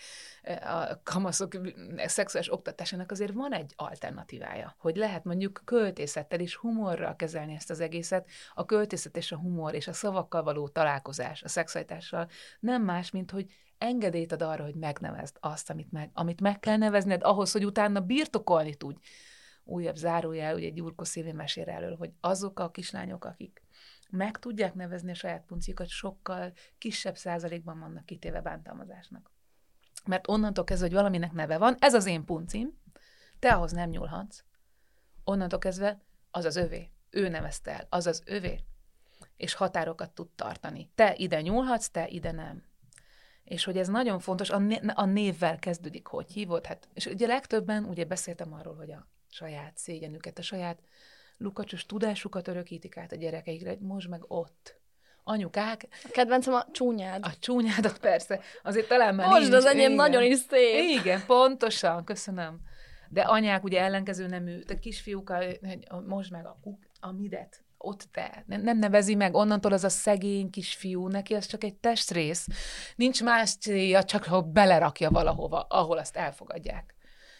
a kamaszok szexuális oktatásának azért van egy alternatívája, hogy lehet mondjuk költészettel és humorral kezelni ezt az egészet. A költészet és a humor és a szavakkal való találkozás a szexualitással nem más, mint hogy engedélyt ad arra, hogy megnevezd azt, amit meg kell nevezned, ahhoz, hogy utána birtokolni tudj. Újabb zárójel, ugye Gyurkó Szilvi mesél elől, hogy azok a kislányok, akik meg tudják nevezni a saját punciukat, sokkal kisebb százalékban vannak kitéve bántalmazásnak. Mert onnantól kezdve, hogy valaminek neve van, ez az én puncim, te ahhoz nem nyúlhatsz. Onnantól kezdve az az övé. Ő nevezte el, az az övé. És határokat tud tartani. Te ide nyúlhatsz, te ide nem. És hogy ez nagyon fontos, a névvel kezdődik, hogy hívod. Hát, és ugye legtöbben, ugye beszéltem arról, hogy a saját szégyenüket, a saját lukacsos tudásukat örökítik át a gyerekeikre, hogy most meg ott. Anyukák. A kedvencem a csúnyád. A csúnyádat persze. Azért talán már most az enyém nagyon is szép. Igen, pontosan, köszönöm. De anyák ugye ellenkező nemű, a kisfiúk, most meg a midet, ott te. Nem nevezi meg, onnantól az a szegény kisfiú, neki az csak egy testrész. Nincs más célja, csak ha belerakja valahova, ahol azt elfogadják.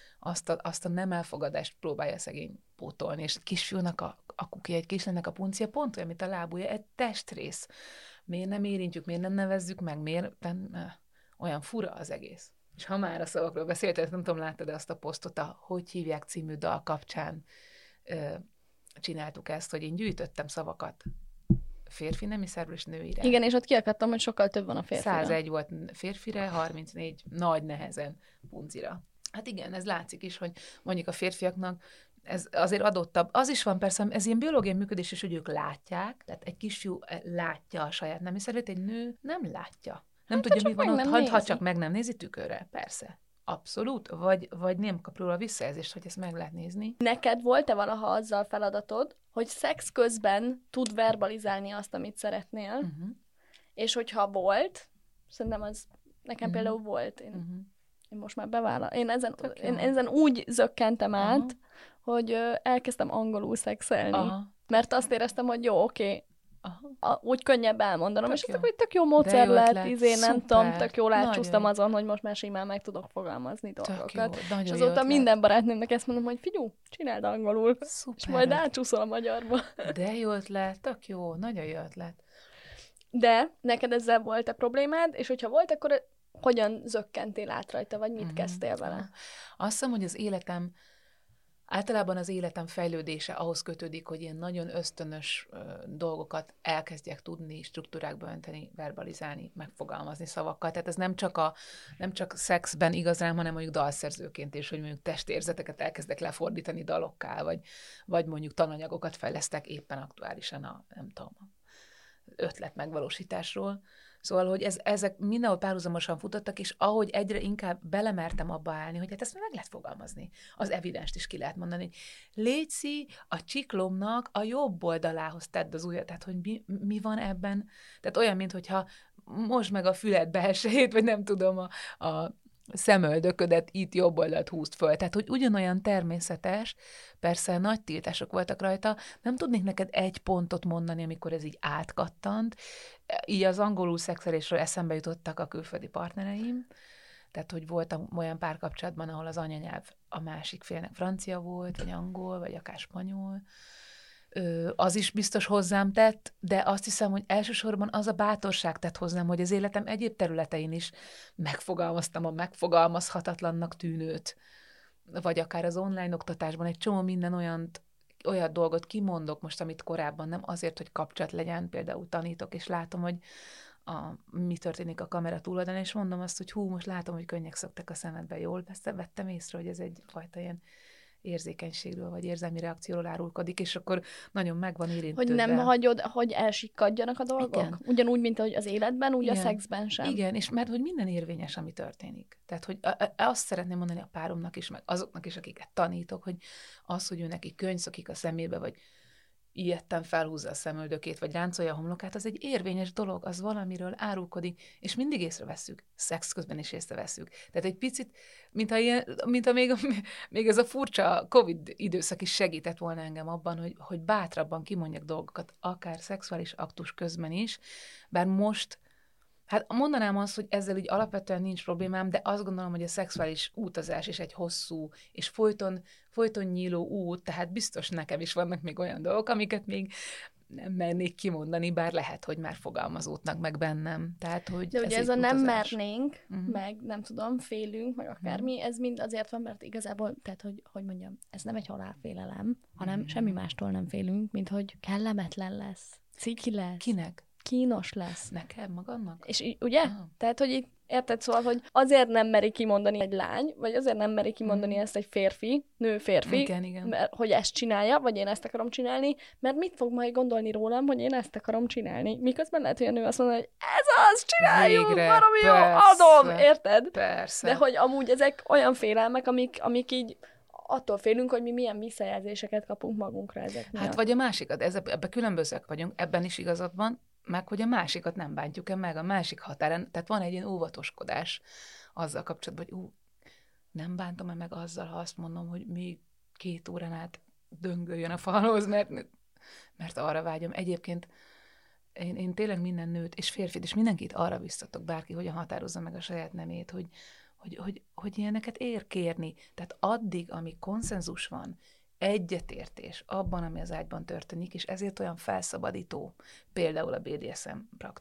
Azt a nem elfogadást próbálja szegény pótolni, és a kisfiúnak a kuki, egy kislánynak a puncia pont olyan, mint a lábúja, egy testrész. Miért nem érintjük, miért nem nevezzük meg, miért olyan fura az egész. És ha már a szavakról beszéltél, nem tudom, láttad azt a posztot, a Hogy hívják című dal kapcsán csináltuk ezt, hogy én gyűjtöttem szavakat férfi nemi szervről és nőire. Igen, és ott kiakadtam, hogy sokkal több van a férfira. 101 volt férfire, 34 nagy nehezen puncira. Hát igen, ez látszik is, hogy mondjuk a férfiaknak ez azért adottabb. Az is van persze, ez ilyen biológiai működés is, hogy ők látják, tehát egy kisfiú látja a saját nemi szervét, egy nő nem látja. Nem tudja, mi van ott, ha csak meg nem nézi tükörre, persze. Abszolút, vagy nem kap róla visszajelzést, hogy ezt meg lehet nézni. Neked volt-e valaha azzal feladatod, hogy szex közben tud verbalizálni azt, amit szeretnél, és hogyha volt, szerintem az nekem például volt, én most már bevállalom. Én ezen úgy zökkentem át, hogy elkezdtem angolul szexelni. Mert azt éreztem, hogy jó, oké, úgy könnyebb elmondanom, és akkor tök jó módszer lett, nem tudom, tök jól átcsúsztam azon, hogy most már simán meg tudok fogalmazni dolgokat. És azóta minden barátnőmnek ezt mondom, hogy figyelj, csináld angolul, és majd átcsúszol a magyarba. De jó ötlet, tök jó, nagyon jó ötlet. De neked ezzel volt-e problémád, és hogyha volt, akkor hogyan zökkentél át rajta, vagy mit kezdtél vele? Azt hiszem, hogy az életem Általában az életem fejlődése ahhoz kötődik, hogy ilyen nagyon ösztönös dolgokat elkezdjek tudni struktúrákba önteni, verbalizálni, megfogalmazni szavakkal. Tehát ez nem csak szexben igaz rám, hanem mondjuk dalszerzőként is, hogy mondjuk testérzeteket elkezdek lefordítani dalokká, vagy mondjuk tananyagokat fejlesztek éppen aktuálisan nem tudom, ötlet megvalósításról. Szóval, hogy ezek mindenhol párhuzamosan futottak, és ahogy egyre inkább belemertem abba állni, hogy hát ezt meg lehet fogalmazni. Az evidenst is ki lehet mondani. Léci, a csiklomnak a jobb oldalához tedd az ujjat, tehát hogy mi van ebben. Tehát olyan, mintha most meg a füled belsejét, vagy nem tudom, a szemöldöködet itt jobb oldalt húzd föl. Tehát, hogy ugyanolyan természetes, persze nagy tiltások voltak rajta, nem tudnék neked egy pontot mondani, amikor ez így átkattant. Így az angolul szexelésről eszembe jutottak a külföldi partnereim, tehát, hogy voltam olyan párkapcsolatban, ahol az anyanyelv a másik félnek francia volt, vagy angol, vagy akár spanyol. Az is biztos hozzám tett, de azt hiszem, hogy elsősorban az a bátorság tett hozzám, hogy az életem egyéb területein is megfogalmaztam a megfogalmazhatatlannak tűnőt, vagy akár az online oktatásban egy csomó minden olyan dolgot kimondok most, amit korábban nem, azért, hogy kapcsolat legyen, például tanítok, és látom, hogy mi történik a kamera túloldalán, és mondom azt, hogy most látom, hogy könnyek szöktek a szemedbe, jól vettem észre, hogy ez egyfajta ilyen érzékenységről, vagy érzelmi reakcióról árulkodik, és akkor nagyon meg van érintődve. Hogy nem hagyod, hogy elsikkadjanak a dolgok? Igen. Ugyanúgy, mint ahogy az életben, úgy igen. A szexben sem. Igen, és mert hogy minden érvényes, ami történik. Tehát, hogy azt szeretném mondani a páromnak is, meg azoknak is, akiket tanítok, hogy az, hogy ő neki könyv szokik a szemébe, vagy ijedten felhúzza a szemöldökét, vagy ráncolja a homlokát, az egy érvényes dolog, az valamiről árulkodik, és mindig észrevesszük, szex közben is észrevesszük. Tehát egy picit, mintha még ez a furcsa Covid időszak is segített volna engem abban, hogy bátrabban kimondjak dolgokat, akár szexuális aktus közben is, bár most, hát mondanám azt, hogy ezzel így alapvetően nincs problémám, de azt gondolom, hogy a szexuális utazás is egy hosszú, és folyton nyíló út, tehát biztos nekem is vannak még olyan dolgok, amiket még nem mernék kimondani, bár lehet, hogy már fogalmazódnak meg bennem. Tehát, hogy de ugye ez a nem mernénk, meg nem tudom, félünk, meg akármi, ez mind azért van, mert igazából, tehát, hogy mondjam, ez nem egy halálfélelem, hanem semmi mástól nem félünk, mint hogy kellemetlen lesz, ciki lesz. Kinek? Kínos lesz. Nekem magamnak? És ugye? Tehát, hogy itt érted, szóval, hogy azért nem meri kimondani egy lány, vagy azért nem meri kimondani ezt egy nő-férfi, igen. Mert, hogy ezt csinálja, vagy én ezt akarom csinálni, mert mit fog majd gondolni rólam, hogy én ezt akarom csinálni? Miközben lehet, hogy a nő azt mondja, hogy ez az, csináljuk, baromi jó, adom, érted? Persze. De hogy amúgy ezek olyan félelmek, amik így attól félünk, hogy mi milyen visszajelzéseket kapunk magunkra ezek miatt. Hát vagy a másikat, ebben különbözőek vagyunk, ebben is igazad van, meg hogy a másikat nem bántjuk-e meg, a másik határen, tehát van egy ilyen óvatoskodás azzal kapcsolatban, hogy nem bántom-e meg azzal, ha azt mondom, hogy még 2 órán át döngöljön a falhoz, mert arra vágyom. Egyébként én tényleg minden nőt és férfit, és mindenkit arra biztatok, bárki hogyan határozza meg a saját nemét, hogy ilyeneket ér kérni. Tehát addig, amíg konszenzus van, egyetértés abban, ami az ágyban történik, és ezért olyan felszabadító, például a BDSM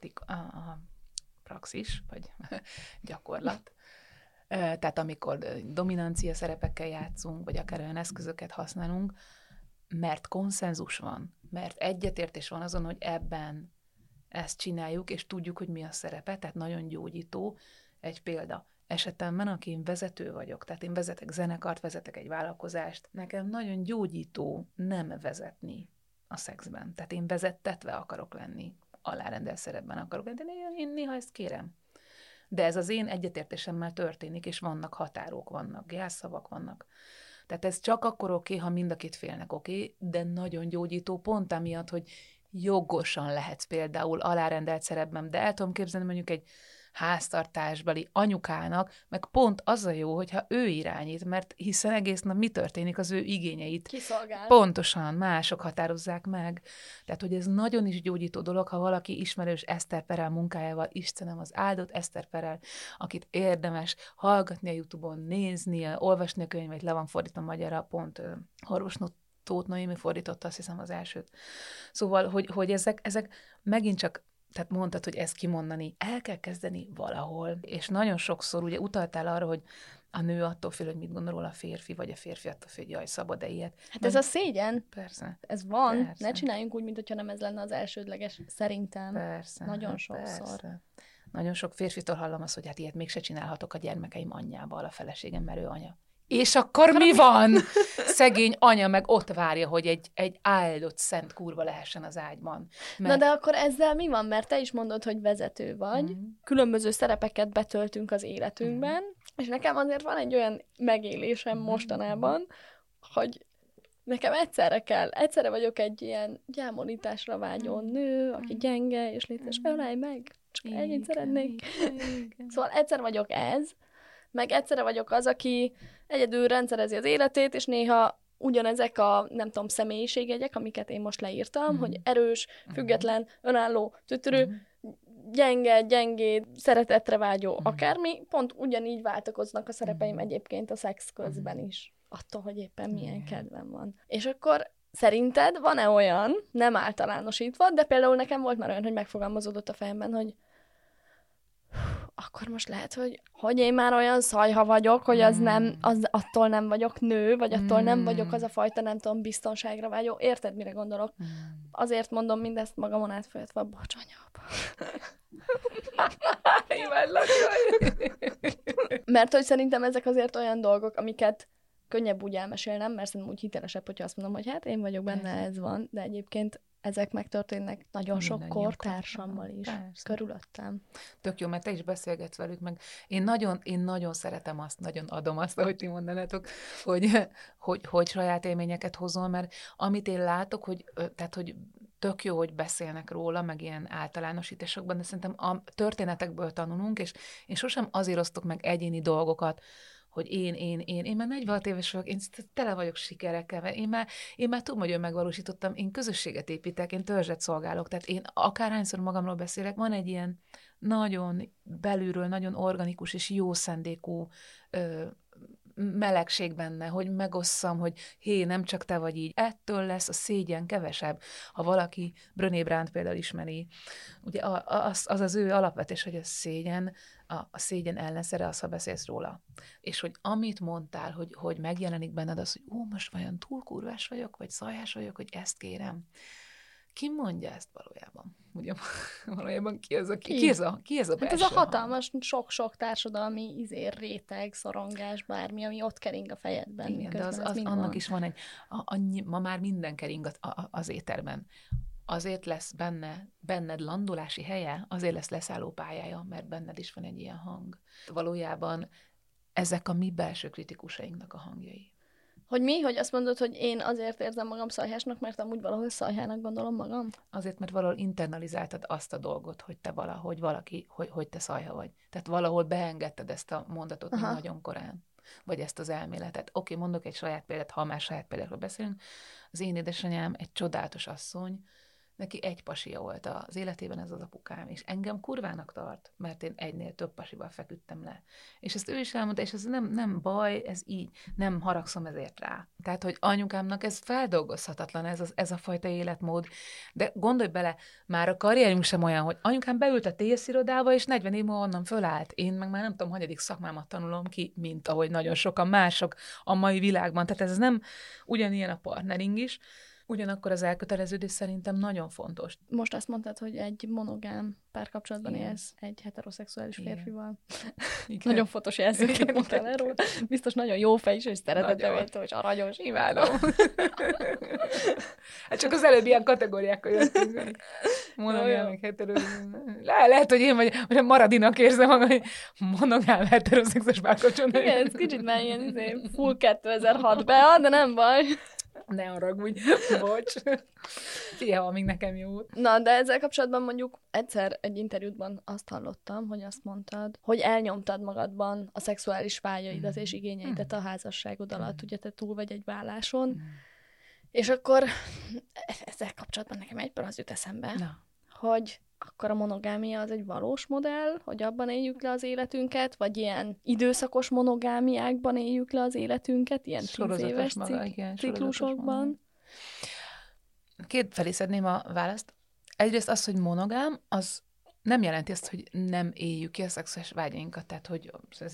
praxis, vagy gyakorlat. Tehát amikor dominancia szerepekkel játszunk, vagy akár olyan eszközöket használunk, mert konszenzus van, mert egyetértés van azon, hogy ebben ezt csináljuk, és tudjuk, hogy mi a szerepe, tehát nagyon gyógyító. Egy példa. Esetemben, aki én vezető vagyok, tehát én vezetek zenekart, vezetek egy vállalkozást, nekem nagyon gyógyító nem vezetni a szexben. Tehát én vezettetve akarok lenni, alárendelt szerepben akarok lenni, de én néha ezt kérem. De ez az én egyetértésemmel történik, és vannak határok, vannak jelszavak, vannak. Tehát ez csak akkor oké, ha mind a két félnek oké, de nagyon gyógyító pont amiatt, hogy jogosan lehetsz például alárendelt szerepben, de el tudom képzelni mondjuk egy háztartásbeli anyukának, meg pont az a jó, hogyha ő irányít, mert hiszen egész nap mi történik, az ő igényeit. Kiszolgál. Pontosan, mások határozzák meg. Tehát, hogy ez nagyon is gyógyító dolog, ha valaki ismerős Eszter Perel munkájával, Istenem, az áldott Eszter Perel, akit érdemes hallgatni a YouTube-on, nézni, olvasni a könyveit, le van fordítva magyarra, pont orvosnő Tóth Noémi fordította, azt hiszem, az elsőt. Szóval, hogy ezek megint csak, tehát mondtad, hogy ezt kimondani, el kell kezdeni valahol. És nagyon sokszor ugye utaltál arra, hogy a nő attól fél, hogy mit gondol róla a férfi, vagy a férfi attól fél, hogy jaj, szabad-e ilyet. Hát ez a szégyen. Persze. Ez van. Persze. Ne csináljunk úgy, mintha nem ez lenne az elsődleges, szerintem. Persze. Nagyon sokszor. Persze. Nagyon sok férfitől hallom azt, hogy hát ilyet mégse csinálhatok a gyermekeim anyjával, a feleségem, mert ő anya. És akkor mi van? Szegény anya meg ott várja, hogy egy áldott szent kurva lehessen az ágyban. Na de akkor ezzel mi van? Mert te is mondod, hogy vezető vagy, különböző szerepeket betöltünk az életünkben, és nekem azért van egy olyan megélésem mostanában, hogy nekem egyszerre vagyok egy ilyen gyámolításra vágyó nő, aki gyenge, és létezés, ölelj meg, csak ennyit szeretnék. Szóval egyszer vagyok ez, meg egyszerre vagyok az, aki egyedül rendszerezi az életét, és néha ugyanezek a, nem tudom, személyiségjegyek, amiket én most leírtam, hogy erős, független, önálló, tütörő, gyengéd, szeretetre vágyó, akármi, pont ugyanígy váltakoznak a szerepeim egyébként a szex közben is. Attól, hogy éppen milyen kedvem van. És akkor szerinted van-e olyan, nem általánosítva, de például nekem volt már olyan, hogy megfogalmazódott a fejemben, hogy akkor most lehet, hogy én már olyan szajha vagyok, hogy attól nem vagyok nő, vagy attól nem vagyok az a fajta, nem tudom, biztonságra vágyó. Érted, mire gondolok? Azért mondom mindezt magamon átfolyatva, bocs, anyába. Mert hogy szerintem ezek azért olyan dolgok, amiket könnyebb úgy elmesélnem, mert szerintem úgy hitelesebb, hogyha azt mondom, hogy hát én vagyok benne, ez van, de egyébként ezek megtörténnek nagyon sok kortársammal is, körülöttem. Tök jó, mert te is beszélgetsz velük, meg én nagyon szeretem azt, nagyon adom azt, ahogy ti mondanátok, hogy saját élményeket hozol, mert amit én látok, hogy tök jó, hogy beszélnek róla, meg ilyen általánosításokban, de szerintem a történetekből tanulunk, és én sosem azért osztok meg egyéni dolgokat, hogy én már 46 éves vagyok, én tele vagyok sikerekkel, én már tudom, hogy megvalósítottam, én közösséget építek, én törzset szolgálok, tehát én akárhányszor magamról beszélek, van egy ilyen nagyon belülről, nagyon organikus és jó szándékú melegség benne, hogy megosszam, hogy hé, nem csak te vagy így. Ettől lesz a szégyen kevesebb. Ha valaki Brené Brown például ismeri, ugye az ő alapvetés, hogy a szégyen ellenszere az, ha beszélsz róla. És hogy amit mondtál, hogy megjelenik benned az, hogy most vajon túl kurvás vagyok, vagy szajhás vagyok, hogy ezt kérem. Ki mondja ezt valójában? Ugye valójában ki ez a belső hát ez a hatalmas, sok-sok társadalmi réteg, szorongás, bármi, ami ott kering a fejedben. Igen, de annak is van ma már minden kering az éterben. Azért lesz benned landolási helye, azért lesz leszálló pályája, mert benned is van egy ilyen hang. Valójában ezek a mi belső kritikusainknak a hangjai. Hogy mi? Hogy azt mondod, hogy én azért érzem magam szajhásnak, mert amúgy valahol szajhának gondolom magam? Azért, mert valahol internalizáltad azt a dolgot, hogy te hogy te szajha vagy. Tehát valahol beengedted ezt a mondatot nagyon korán. Vagy ezt az elméletet. Oké, mondok egy saját példát, ha már saját példáról beszélünk. Az én édesanyám egy csodálatos asszony, neki egy pasia volt az életében, ez az apukám, és engem kurvának tart, mert én egynél több pasival feküdtem le. És ezt ő is elmondta, és ez nem baj, ez így, nem haragszom ezért rá. Tehát, hogy anyukámnak ez feldolgozhatatlan, ez a fajta életmód. De gondolj bele, már a karrierünk sem olyan, hogy anyukám beült a TS-irodába, és 40 év múlva onnan fölállt. Én meg már nem tudom, hanyadik szakmámat tanulom ki, mint ahogy nagyon sokan mások a mai világban. Tehát ez nem ugyanilyen a partnering is. Ugyanakkor az elköteleződés szerintem nagyon fontos. Most azt mondtad, hogy egy monogám párkapcsolatban élsz egy heteroszexuális férfival. Nagyon fontos jelzőket mondtál erről. Biztos nagyon jó fej is, és szeretettevétől, és aranyos. Imádom. Hát csak az előbb ilyen kategóriákkal jöttünk. Monogám, meg heteroszexuális. Lehet, hogy én vagy maradinak érzem magam, hogy monogám, heteroszexuális párkapcsolatban. Igen, ez kicsit már ilyen full 2006-be, de nem baj. Ne haragudj, bocs. Figyelj, amíg nekem jó. Na, de ezzel kapcsolatban mondjuk egyszer egy interjútban azt hallottam, hogy azt mondtad, hogy elnyomtad magadban a szexuális vágyaidat és igényeidet a házasságod alatt, ugye te túl vagy egy válláson, és akkor ezzel kapcsolatban nekem egyből az jut eszembe, hogy akkor a monogámia az egy valós modell, hogy abban éljük le az életünket, vagy ilyen időszakos monogámiákban éljük le az életünket, ilyen 10 éves ciklusokban. Két felé szedném a választ. Egyrészt az, hogy monogám, az nem jelenti azt, hogy nem éljük ki a szexuális vágyainkat. Tehát, hogy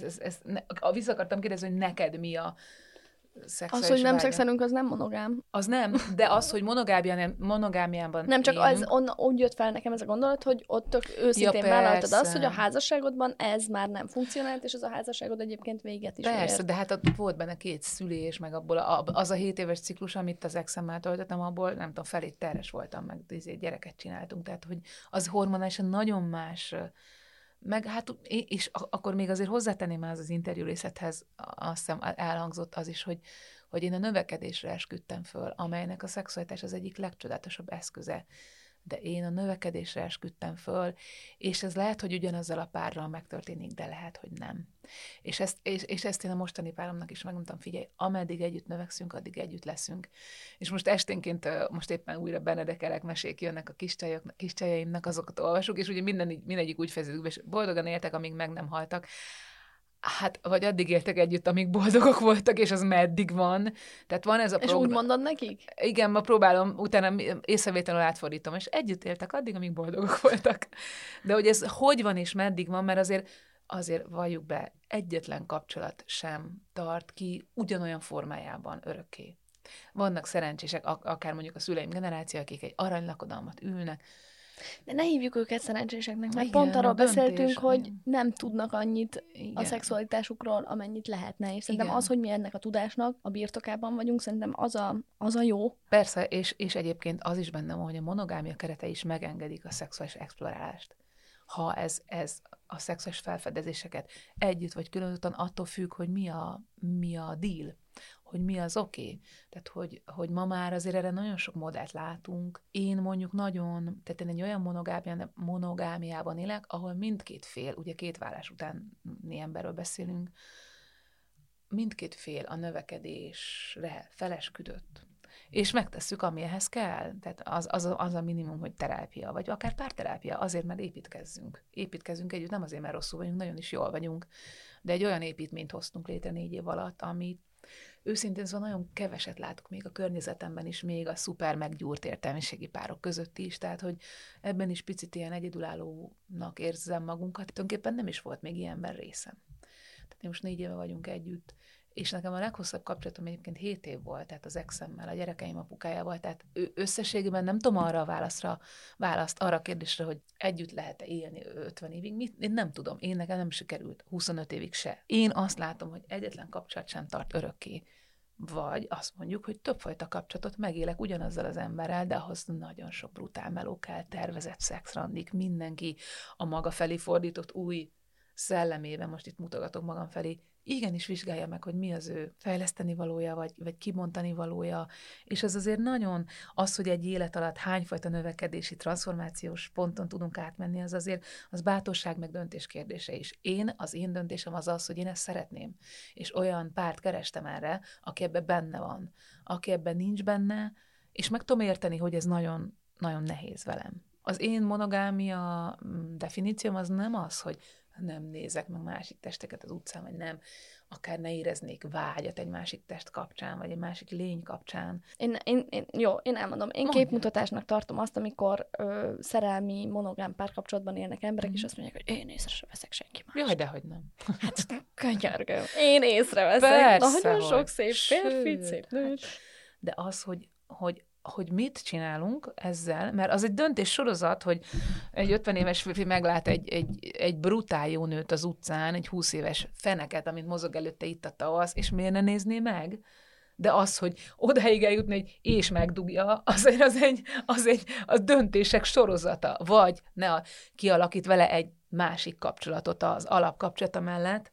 vissza akartam kérdezni, hogy neked mi a szexuális Az, hogy nem vágya. szexelünk, az nem monogám. Az nem, de az, hogy monogámiában Nem, csak élünk. úgy jött fel nekem ez a gondolat, hogy ott tök őszintén vállaltad azt, hogy a házasságodban ez már nem funkcionált, és az a házasságod egyébként véget is Persze, ért. de hát ott volt benne 2 szülés, meg abból az a 7 éves ciklus, amit az exemmel töltöttem, abból nem tudom, felét terhes voltam, meg gyereket csináltunk, tehát hogy az hormonálisan nagyon más. Meg hát, és akkor még azért hozzátenném már az interjú részlethez, azt hiszem elhangzott az is, hogy én a növekedésre esküdtem föl, amelynek a szexualitás az egyik legcsodálatosabb eszköze. De én a növekedésre esküdtem föl, és ez lehet, hogy ugyanazzal a párral megtörténik, de lehet, hogy nem. És ezt én a mostani páromnak is megmondtam, figyelj, ameddig együtt növekszünk, addig együtt leszünk. És most esténként, most éppen újra Benedekelek mesék jönnek a kiscsajaimnak, azokat olvasok, és ugye mindegyik úgy fejeződik, és boldogan éltek, amíg meg nem haltak. Hát, vagy addig éltek együtt, amíg boldogok voltak, és az meddig van. Tehát van ez a És úgy mondod nekik? Igen, ma próbálom, utána észrevétlenül átfordítom, és együtt éltek addig, amíg boldogok voltak. De hogy ez hogy van és meddig van, mert azért valljuk be, egyetlen kapcsolat sem tart ki ugyanolyan formájában örökké. Vannak szerencsések, akár mondjuk a szüleim generáció, akik egy aranylakodalmat ülnek. De ne hívjuk őket szerencséseknek, mert Igen, pont arról beszéltünk, hogy igen. nem tudnak annyit Igen. a szexualitásukról, amennyit lehetne. És szerintem Igen. az, hogy mi ennek a tudásnak a birtokában vagyunk, szerintem az a jó. Persze, és egyébként az is benne van, hogy a monogámia keretei is megengedik a szexuális explorálást. Ha ez a szexuális felfedezéseket együtt vagy külön attól függ, hogy mi a deal, hogy mi az oké. Tehát, hogy ma már azért erre nagyon sok modellt látunk. Én mondjuk tehát én egy olyan monogámiában élek, ahol mindkét fél, ugye 2 vállás utáni emberről beszélünk, mindkét fél a növekedésre felesküdött. És megtesszük, ami ehhez kell. Tehát az a minimum, hogy terápia, vagy akár párterápia, azért, mert építkezzünk. Építkezzünk együtt, nem azért, mert rosszul vagyunk, nagyon is jól vagyunk, de egy olyan építményt hoztunk létre 4 év alatt, amit őszintén szóval nagyon keveset látok még a környezetemben is, még a szuper meggyúrt értelmiségi párok között is, tehát hogy ebben is picit ilyen egyedülállónak érzem magunkat. Tulajdonképpen nem is volt még ilyenben részem. Tehát mi most 4 éve vagyunk együtt, és nekem a leghosszabb kapcsolatom egyébként 7 év volt, tehát az exemmel, a gyerekeim apukájával, tehát összességében nem tudom arra a választ arra a kérdésre, hogy együtt lehet-e élni 50 évig, én nem tudom, én nekem nem sikerült 25 évig se. Én azt látom, hogy egyetlen kapcsolat sem tart örökké, vagy azt mondjuk, hogy többfajta kapcsolatot megélek ugyanazzal az emberrel, de ahhoz nagyon sok brutál meló kell, tervezett szexrandik, mindenki a maga felé fordított új szellemében, most itt mutogatok magam felé, igenis vizsgálja meg, hogy mi az ő fejleszteni valója, vagy kibontani valója, és az azért nagyon, az, hogy egy élet alatt hányfajta növekedési, transformációs ponton tudunk átmenni, az bátorság meg döntés kérdése is. Az én döntésem az, hogy én ezt szeretném, és olyan párt kerestem erre, aki ebben benne van, aki ebben nincs benne, és meg tudom érteni, hogy ez nagyon, nagyon nehéz velem. Az én monogámia definícióm az nem az, hogy nem nézek meg másik testeket az utcán, vagy nem, akár ne éreznék vágyat egy másik test kapcsán, vagy egy másik lény kapcsán. Én elmondom. Én képmutatásnak tartom azt, amikor szerelmi, monogám párkapcsolatban élnek emberek, és azt mondják, hogy én észre sem veszek senki más. Jaj, dehogy nem. Hát könyörgöm. Én észreveszek. Persze, Nagyon sok szép férfi, szép nőt. De az, hogy mit csinálunk ezzel, mert az egy döntés sorozat, hogy egy 50 éves férfi meglát egy brutál jó nőt az utcán, egy 20 éves feneket, amit mozog előtte itt a tavasz, és miért ne nézné meg? De az, hogy odáig eljutni, és megdugja, az döntések sorozata, vagy kialakít vele egy másik kapcsolatot az alapkapcsolata mellett,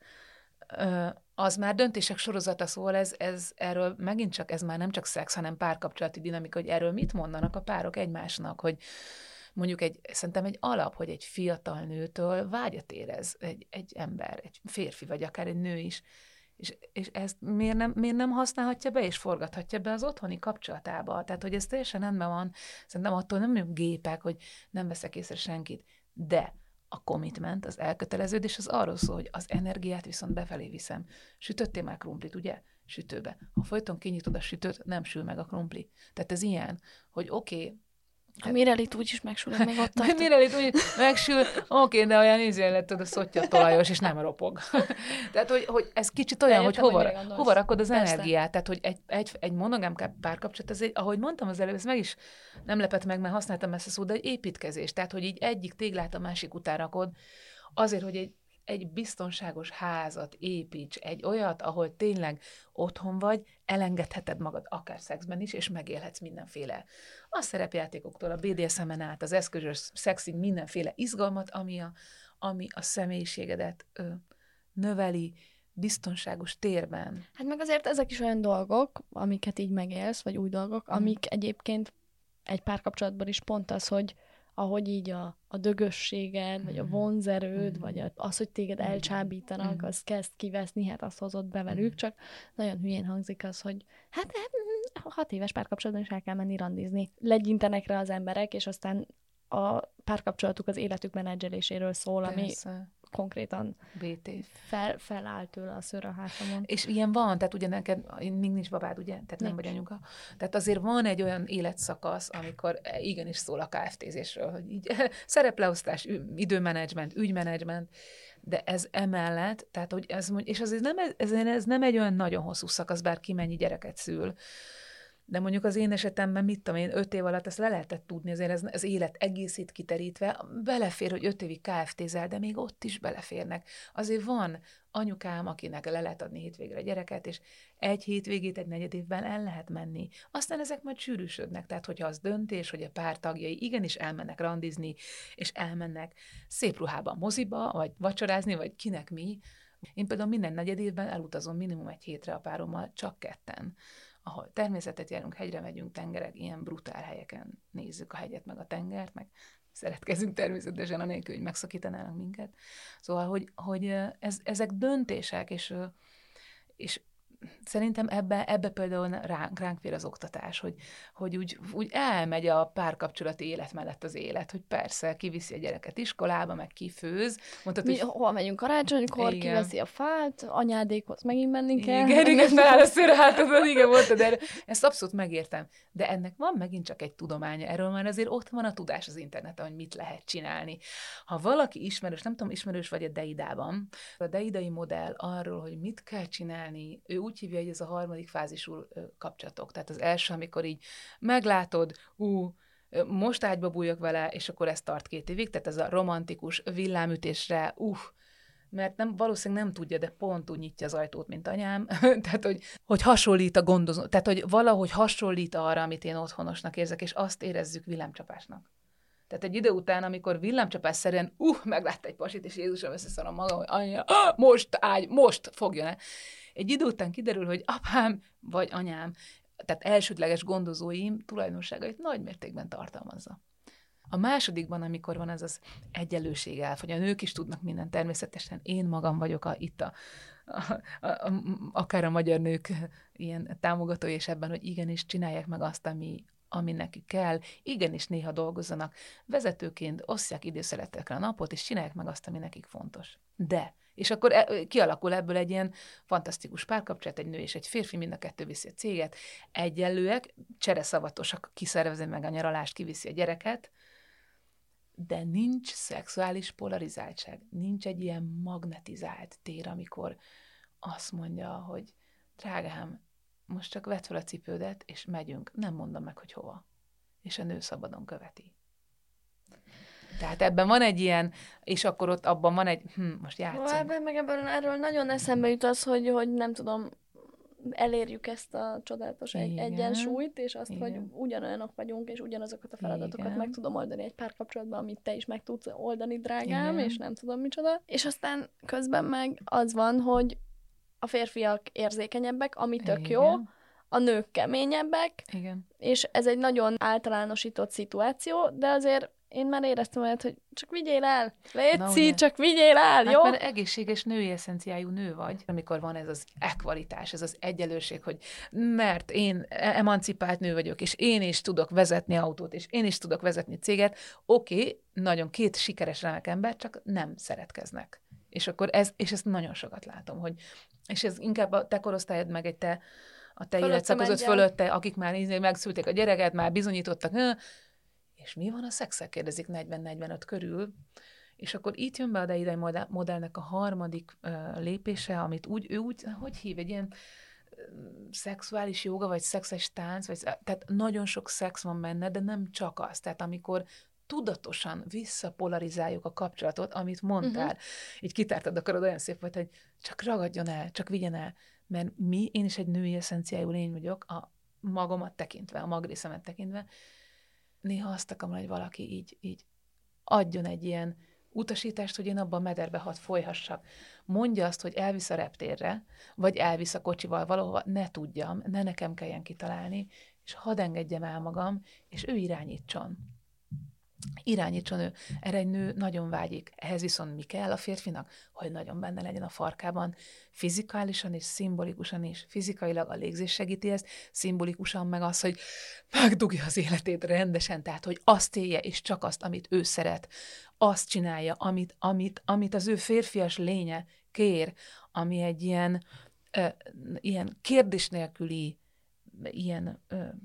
az már döntések sorozata, szóval erről megint csak, ez már nem csak szex, hanem párkapcsolati dinamika, hogy erről mit mondanak a párok egymásnak, hogy mondjuk szerintem egy alap, hogy egy fiatal nőtől vágyat érez egy ember, egy férfi, vagy akár egy nő is, és ezt miért nem használhatja be, és forgathatja be az otthoni kapcsolatába. Tehát, hogy ez teljesen rendben van, szerintem attól nem vagyunk gépek, hogy nem veszek észre senkit, de a commitment, az elköteleződés az arról szól, hogy az energiát viszont befelé viszem. Sütöttél már krumplit, ugye? Sütőbe. Ha folyton kinyitod a sütőt, nem sül meg a krumpli. Tehát ez ilyen, hogy oké, A Mirelit úgyis megsül, még ott tartok. Mirelit úgy megsül, oké, de olyan ízén lett a szottya tolajos, és nem ropog. Tehát, hogy ez kicsit olyan, hogy hova rakod az energiát. Tehát, hogy egy monogám párkapcsolat, ez ahogy mondtam az előbb, ez meg is nem lepett meg, mert használtam ezt a szót, de egy építkezés. Tehát, hogy így egyik téglát a másik után rakod, azért, hogy egy biztonságos házat építs, egy olyat, ahol tényleg otthon vagy, elengedheted magad akár szexben is, és megélhetsz mindenféle a szerepjátékoktól, a BDSM-en át, az eszközös szexig mindenféle izgalmat, ami a személyiségedet növeli biztonságos térben. Hát meg azért ezek is olyan dolgok, amiket így megélsz, vagy új dolgok, amik egyébként egy párkapcsolatban is pont az, hogy ahogy így a dögösséged, vagy a vonzerőd, vagy az, hogy téged elcsábítanak, az kezd kiveszni, hát azt hozott be velük, csak nagyon hülyén hangzik az, hogy hát 6 éves párkapcsolatban is el kell menni randizni. Legyintenek rá az emberek, és aztán a párkapcsolatuk az életük menedzseléséről szól, Persze. ami konkrétan BT. Felállt tőle a szőr a hátamon. És ilyen van, tehát ugye neked még nincs babád, ugye? Tehát nem vagy anyuka. Tehát azért van egy olyan életszakasz, amikor igenis szól a KFT-zésről, hogy így szerepleosztás, időmenedzsment, ügymenedzsment, de ez emellett, tehát hogy és azért ez nem egy olyan nagyon hosszú szakasz, bár ki mennyi gyereket szül. De mondjuk az én esetemben, mit tudom én, 5 év alatt ezt le lehetett tudni, azért ez az élet egészét kiterítve, belefér, hogy 5 évig KFT-zel, de még ott is beleférnek. Azért van anyukám, akinek le lehet adni hétvégre a gyereket, és egy hétvégét, egy negyed évben el lehet menni. Aztán ezek majd sűrűsödnek, tehát hogyha az döntés, hogy a pár tagjai igenis elmennek randizni, és elmennek szép ruhában moziba, vagy vacsorázni, vagy kinek mi. Én például minden negyed évben elutazom minimum egy hétre a párommal, csak ketten, ahol természetet járunk, hegyre megyünk, tengerek, ilyen brutál helyeken nézzük a hegyet, meg a tengert, meg szeretkezünk természetesen, anélkül, hogy megszakítanának minket. Szóval, hogy ezek döntések, és szerintem ebbe például ránk fér az oktatás, hogy úgy elmegy a párkapcsolati élet mellett az élet, hogy persze kiviszi a gyereket iskolába, meg kifőz. Mondtad, hol megyünk karácsonykor, kiveszi a fát, anyádékhoz megint menni kell. Igen, feláll a szőr a hátadon, igen, mondtad erre. Ezt abszolút megértem. De ennek van megint csak egy tudománya. Erről már azért ott van a tudás az interneten, hogy mit lehet csinálni. Ha valaki ismerős, nem tudom, ismerős vagy a Deidában, a deidai modell arról, hogy mit kell csinálni, ő úgy hívja, hogy ez a harmadik fázisú kapcsolatok. Tehát az első, amikor így meglátod, most ágyba bújok vele, és akkor ez tart 2 évig, tehát ez a romantikus villámütésre, mert valószínűleg nem tudja, de pont úgy nyitja az ajtót, mint anyám, tehát, hogy hasonlít a gondozó, tehát, hogy valahogy hasonlít arra, amit én otthonosnak érzek, és azt érezzük villámcsapásnak. Tehát egy idő után, amikor villámcsapásszerűen, meglátta egy pasit, és Jézusra összeszarom magam, hogy anya, most fogjon el. Egy idő után kiderül, hogy apám vagy anyám, tehát elsődleges gondozóim tulajdonságait nagy mértékben tartalmazza. A másodikban, amikor van ez az egyenlőség elv, hogy a nők is tudnak minden, természetesen én magam vagyok akár a magyar nők ilyen támogatói, és ebben, hogy igenis csinálják meg azt, ami nekik kell, igenis néha dolgozzanak, vezetőként osszják időszeretekre a napot, és csinálják meg azt, ami nekik fontos. De, és akkor kialakul ebből egy ilyen fantasztikus párkapcsolat, egy nő és egy férfi, mind a kettő viszi a céget, egyenlőek, csereszavatosak, kiszervezi meg a nyaralást, kiviszi a gyereket, de nincs szexuális polarizáltság, nincs egy ilyen magnetizált tér, amikor azt mondja, hogy drágám, most csak vedd fel a cipődet, és megyünk. Nem mondom meg, hogy hova. És a nő szabadon követi. Tehát ebben van egy ilyen, és akkor ott abban van egy, most játszunk. Erről nagyon eszembe jut az, hogy nem tudom, elérjük ezt a csodálatos egyensúlyt, és azt, hogy ugyanolyanok vagyunk, és ugyanazokat a feladatokat meg tudom oldani egy párkapcsolatban, amit te is meg tudsz oldani, drágám, és nem tudom micsoda. És aztán közben meg az van, hogy a férfiak érzékenyebbek, ami tök jó, a nők keményebbek, és ez egy nagyon általánosított szituáció, de azért én már éreztem olyat, hogy csak vigyél el, létszi, csak vigyél el, jó? Mert egészséges női eszenciájú nő vagy, amikor van ez az ekvalitás, ez az egyenlőség, hogy mert én emancipált nő vagyok, és én is tudok vezetni autót, és én is tudok vezetni céget, oké, nagyon 2 sikeres remek ember, csak nem szeretkeznek. És akkor ezt nagyon sokat látom, hogy, és ez inkább a te korosztályod meg a te életszakaszod fölötte, akik már megszülték a gyereket, már bizonyítottak, és mi van a szexel, kérdezik 40-45 körül, és akkor itt jön be a Deidei modellnek a harmadik lépése, amit ő úgy, hogy hív, egy ilyen szexuális jóga, vagy szexes tánc, vagy, tehát nagyon sok szex van benne, de nem csak az. Tehát amikor tudatosan visszapolarizáljuk a kapcsolatot, amit mondtál, így kitártad a karod, olyan szép volt, hogy csak ragadjon el, csak vigyen el, mert én is egy női eszenciájú lény vagyok, a magamat tekintve, a magrészemet tekintve, néha azt akarom, hogy valaki így adjon egy ilyen utasítást, hogy én abban a mederbe hadd folyhassak. Mondja azt, hogy elvisz a reptérre, vagy elvisz a kocsival valahova, ne tudjam, ne nekem kelljen kitalálni, és hadd engedjem el magam, és ő irányítson. Irányítson ő. Erre egy nő nagyon vágyik. Ehhez viszont mi kell a férfinak? Hogy nagyon benne legyen a farkában, fizikálisan és szimbolikusan is. Fizikailag a légzés segíti ezt, szimbolikusan meg az, hogy megdugja az életét rendesen, tehát hogy azt élje, és csak azt, amit ő szeret. Azt csinálja, amit az ő férfias lénye kér, ami egy ilyen kérdés nélküli, ilyen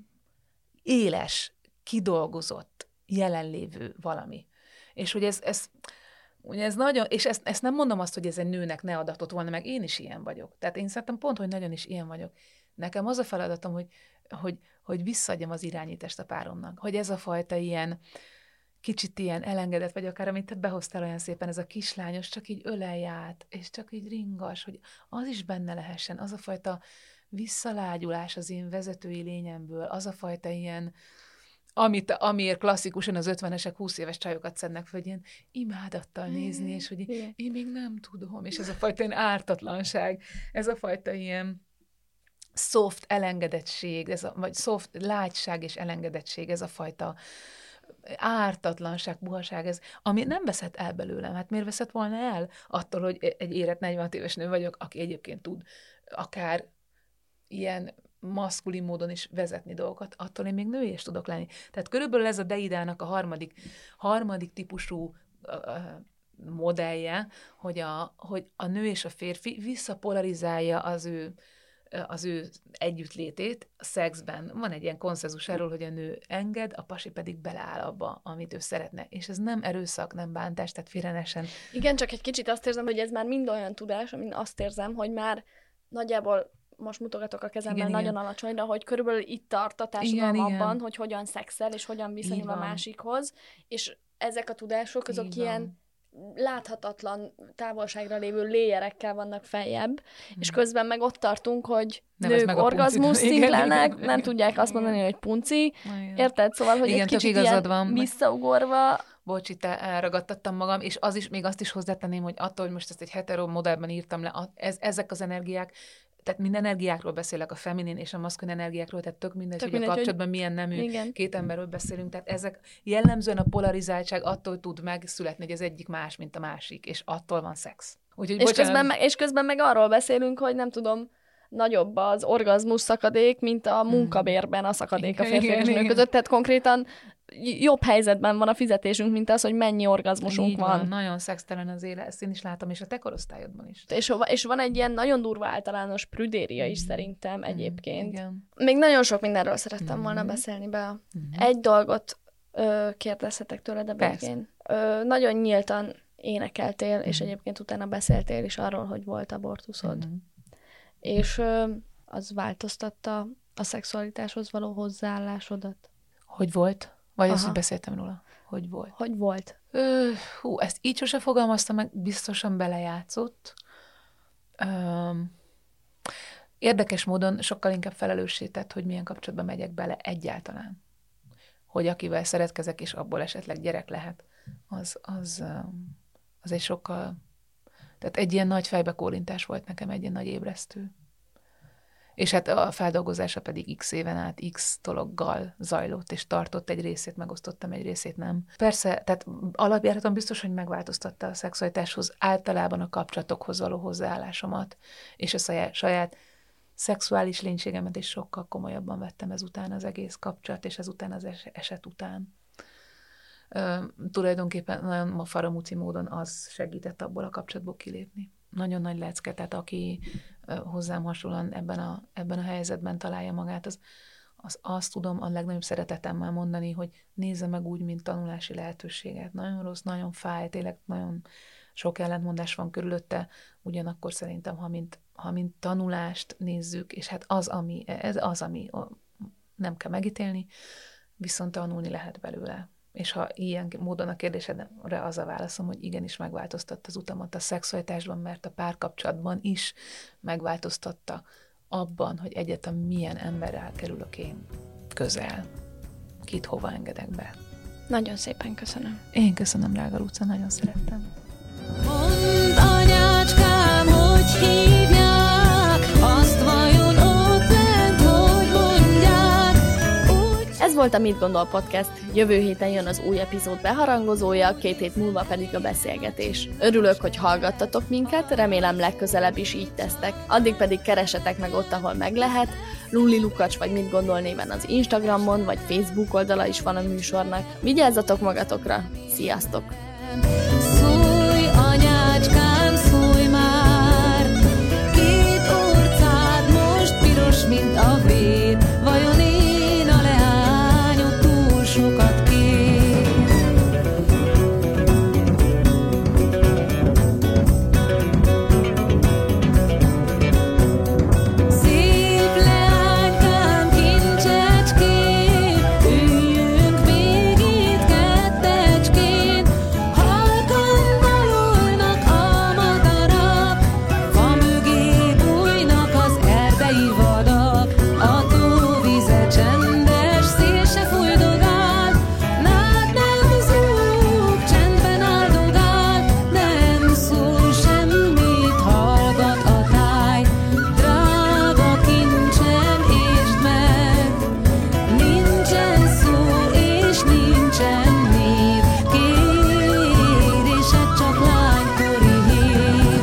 éles, kidolgozott, jelenlévő valami. És hogy ez nagyon, és ezt nem mondom azt, hogy ez egy nőnek ne adatott volna, meg én is ilyen vagyok. Tehát én szerintem pont, hogy nagyon is ilyen vagyok. Nekem az a feladatom, hogy visszaadjam az irányítást a páromnak. Hogy ez a fajta ilyen, kicsit ilyen elengedett, vagy akár, amit te behoztál olyan szépen, ez a kislányos, csak így ölelj át, és csak így ringas, hogy az is benne lehessen, az a fajta visszalágyulás az én vezetői lényemből, az a fajta ilyen, amiért klasszikusan az 50-esek 20 éves csajokat szednek fel, hogy ilyen imádattal nézni, és hogy én még nem tudom, és ez a fajta ilyen ártatlanság, ez a fajta ilyen soft elengedettség, vagy soft lágyság és elengedettség, ez a fajta ártatlanság, puhaság, ez, ami nem veszett el belőlem. Hát miért veszett volna el attól, hogy egy érett 46 éves nő vagyok, aki egyébként tud akár ilyen maszkulin módon is vezetni dolgokat, attól én még női is tudok lenni. Tehát körülbelül ez a Deidának a harmadik típusú modellje, hogy a nő és a férfi visszapolarizálja az ő együttlétét a szexben. Van egy ilyen konszenzus erről, hogy a nő enged, a pasi pedig beleáll abba, amit ő szeretne. És ez nem erőszak, nem bántás, tehát félrenesen. Igen, csak egy kicsit azt érzem, hogy ez már mind olyan tudás, amin azt érzem, hogy már nagyjából most mutogatok a kezemben nagyon alacsonyra, hogy körülbelül itt tart a társadalom abban, hogy hogyan szexel, és hogyan viszonyul a másikhoz, és ezek a tudások, azok ilyen láthatatlan távolságra lévő léjerekkel vannak feljebb, és közben meg ott tartunk, hogy nők orgazmus szintlelnek, nem tudják azt mondani, hogy punci, érted? Szóval, hogy egy kicsit ilyen visszaugorva. Bocs, itt elragadtattam magam, és még azt is hozzátenném, hogy attól, hogy most ezt egy hetero modellben írtam le, ezek az energiák, tehát minden energiákról beszélek, a feminin és a maszkulin energiákról, tehát tök mindegy, hogy a kapcsolatban milyen nemű két emberről beszélünk, tehát ezek jellemzően a polarizáltság attól tud megszületni, hogy az egyik más, mint a másik, és attól van szex. Úgyhogy, és közben meg arról beszélünk, hogy nem tudom, nagyobb az orgazmus szakadék, mint a munkabérben a szakadék a férfiak és nők között, tehát konkrétan jobb helyzetben van a fizetésünk, mint az, hogy mennyi orgazmusunk van. Nagyon szextelen az élet, ezt én is látom, és a te korosztályodban is. És van egy ilyen nagyon durva általános prüdéria is szerintem egyébként. Igen. Még nagyon sok mindenről szerettem volna beszélni be. Egy dolgot kérdezhetek tőled a végén. Nagyon nyíltan énekeltél, és egyébként utána beszéltél is arról, hogy volt abortuszod. És az változtatta a szexualitáshoz való hozzáállásodat? Hogy volt? Vagy azt, hogy beszéltem róla? Hogy volt? Hogy volt? Ezt így sose fogalmaztam meg, biztosan belejátszott. Érdekes módon sokkal inkább felelőssé tett, hogy milyen kapcsolatban megyek bele egyáltalán. Hogy akivel szeretkezek, és abból esetleg gyerek lehet, az egy sokkal... Tehát egy ilyen nagy fejbekólintás volt nekem, egy ilyen nagy ébresztő. És hát a feldolgozása pedig x éven át x dologgal zajlott, és tartott, egy részét megosztottam, egy részét nem. Persze, tehát alapjáraton biztos, hogy megváltoztatta a szexualitáshoz, általában a kapcsolatokhoz való hozzáállásomat, és a saját szexuális lénységemet is sokkal komolyabban vettem ezután az egész kapcsolat, és ezután az eset után. Tulajdonképpen nagyon faramúci módon az segített abból a kapcsolatból kilépni. Nagyon nagy lecke, tehát aki hozzám hasonlóan ebben a helyzetben találja magát, azt tudom a legnagyobb szeretetemmel mondani, hogy nézze meg úgy, mint tanulási lehetőséget. Nagyon rossz, nagyon fáj, tényleg nagyon sok ellentmondás van körülötte, ugyanakkor szerintem, ha mint tanulást nézzük, és hát ez az, ami nem kell megítélni, viszont tanulni lehet belőle. És ha ilyen módon a kérdésedre az a válaszom, hogy igenis megváltoztatta az utamat a szexualitásban, mert a párkapcsolatban is megváltoztatta abban, hogy egyetem milyen emberrel kerülök én közel, kit hova engedek be. Nagyon szépen köszönöm. Én köszönöm, drága Luca, nagyon szerettem. Mondd, anyácskám, hogy hívják, azt vajon ott lent, hogy mondják. Ez volt a Mit Gondol Podcast. Jövő héten jön az új epizód beharangozója, 2 hét múlva pedig a beszélgetés. Örülök, hogy hallgattatok minket, remélem legközelebb is így tesztek. Addig pedig keresetek meg ott, ahol meg lehet. Lulli Lukacs vagy Mit Gondol néven az Instagramon, vagy Facebook oldala is van a műsornak. Vigyázzatok magatokra, sziasztok! Szólj, anyácskám, szólj már, 2 orcád most piros, mint a vér, vajon én a leányod túl sokat kér? Szép leánykám, kincsecském, üljünk még itt kettecskén, halkan dalolnak a madarak, fa mögé bújnak az erdei vadak, a tóvize csendes, szél se fújdogál, nád nem zúg, csendben áldogál, nem szól semmit, hallgat a táj. Drága kincsem, értsd meg, nincsen szó és nincsen név, kérésed csak lánykori hív.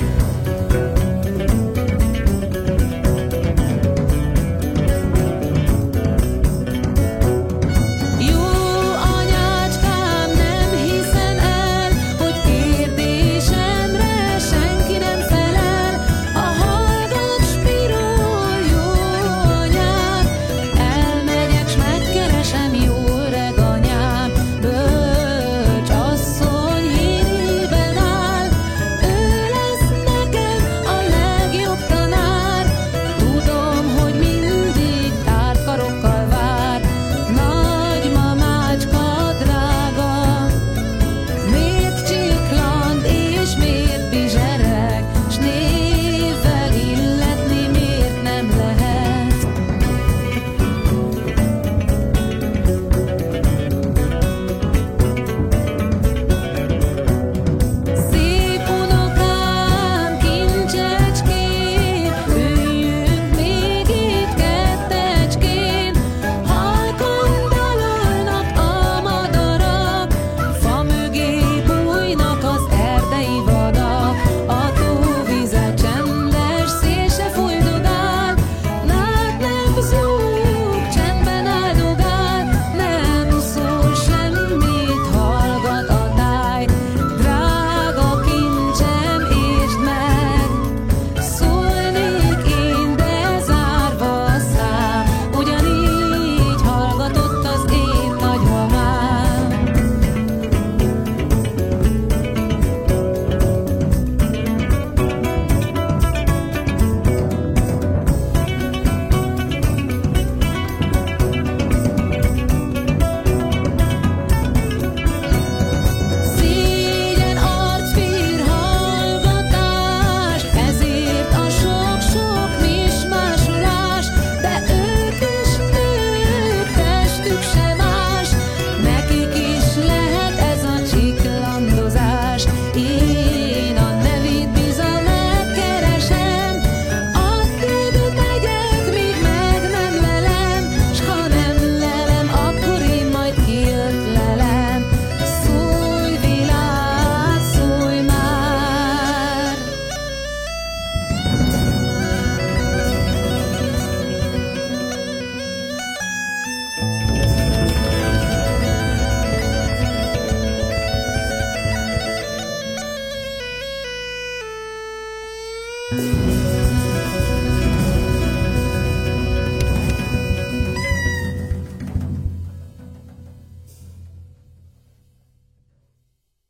Jó anyácskám, nem hiszem el, hogy kérdésemre senki nem felel. Ha hallgat spirol, jó anyám, elmegyek s megkeresem jó öreg anyám. Bölcs asszony hírében áll, ő lesz nekem a legjobb tanár. Tudom, hogy mindig tárt karokkal vár. Nagymamácska drága, miért csikland és miért bizsereg, s névvel illetni miért nem lehet? Szép unokám, kincsecskén, üljünk még itt kettecskén, halkan dalolnak a madarak, fa mögé bújnak az erdei vadak, a tóvize csendes, szél se fújdogál, nád nem zúg, csendben áldogál, nem szól semmit, hallgat a táj. Drága kincsem, értsd meg, szólnék én, de zárva a szám, ugyanígy hallgatott az én nagymamám. Szégyen arcfír hallgatás, ezért a sok-sok mismásolás, de ők is nők, testük se más, nekik is lehet ez a csiklandozás. Én a nevét bizony megkeresem, addig megyek, míg meg nem lelem, s ha nem lelem, akkor én majd kiötlelem. Szólj világ, szólj már!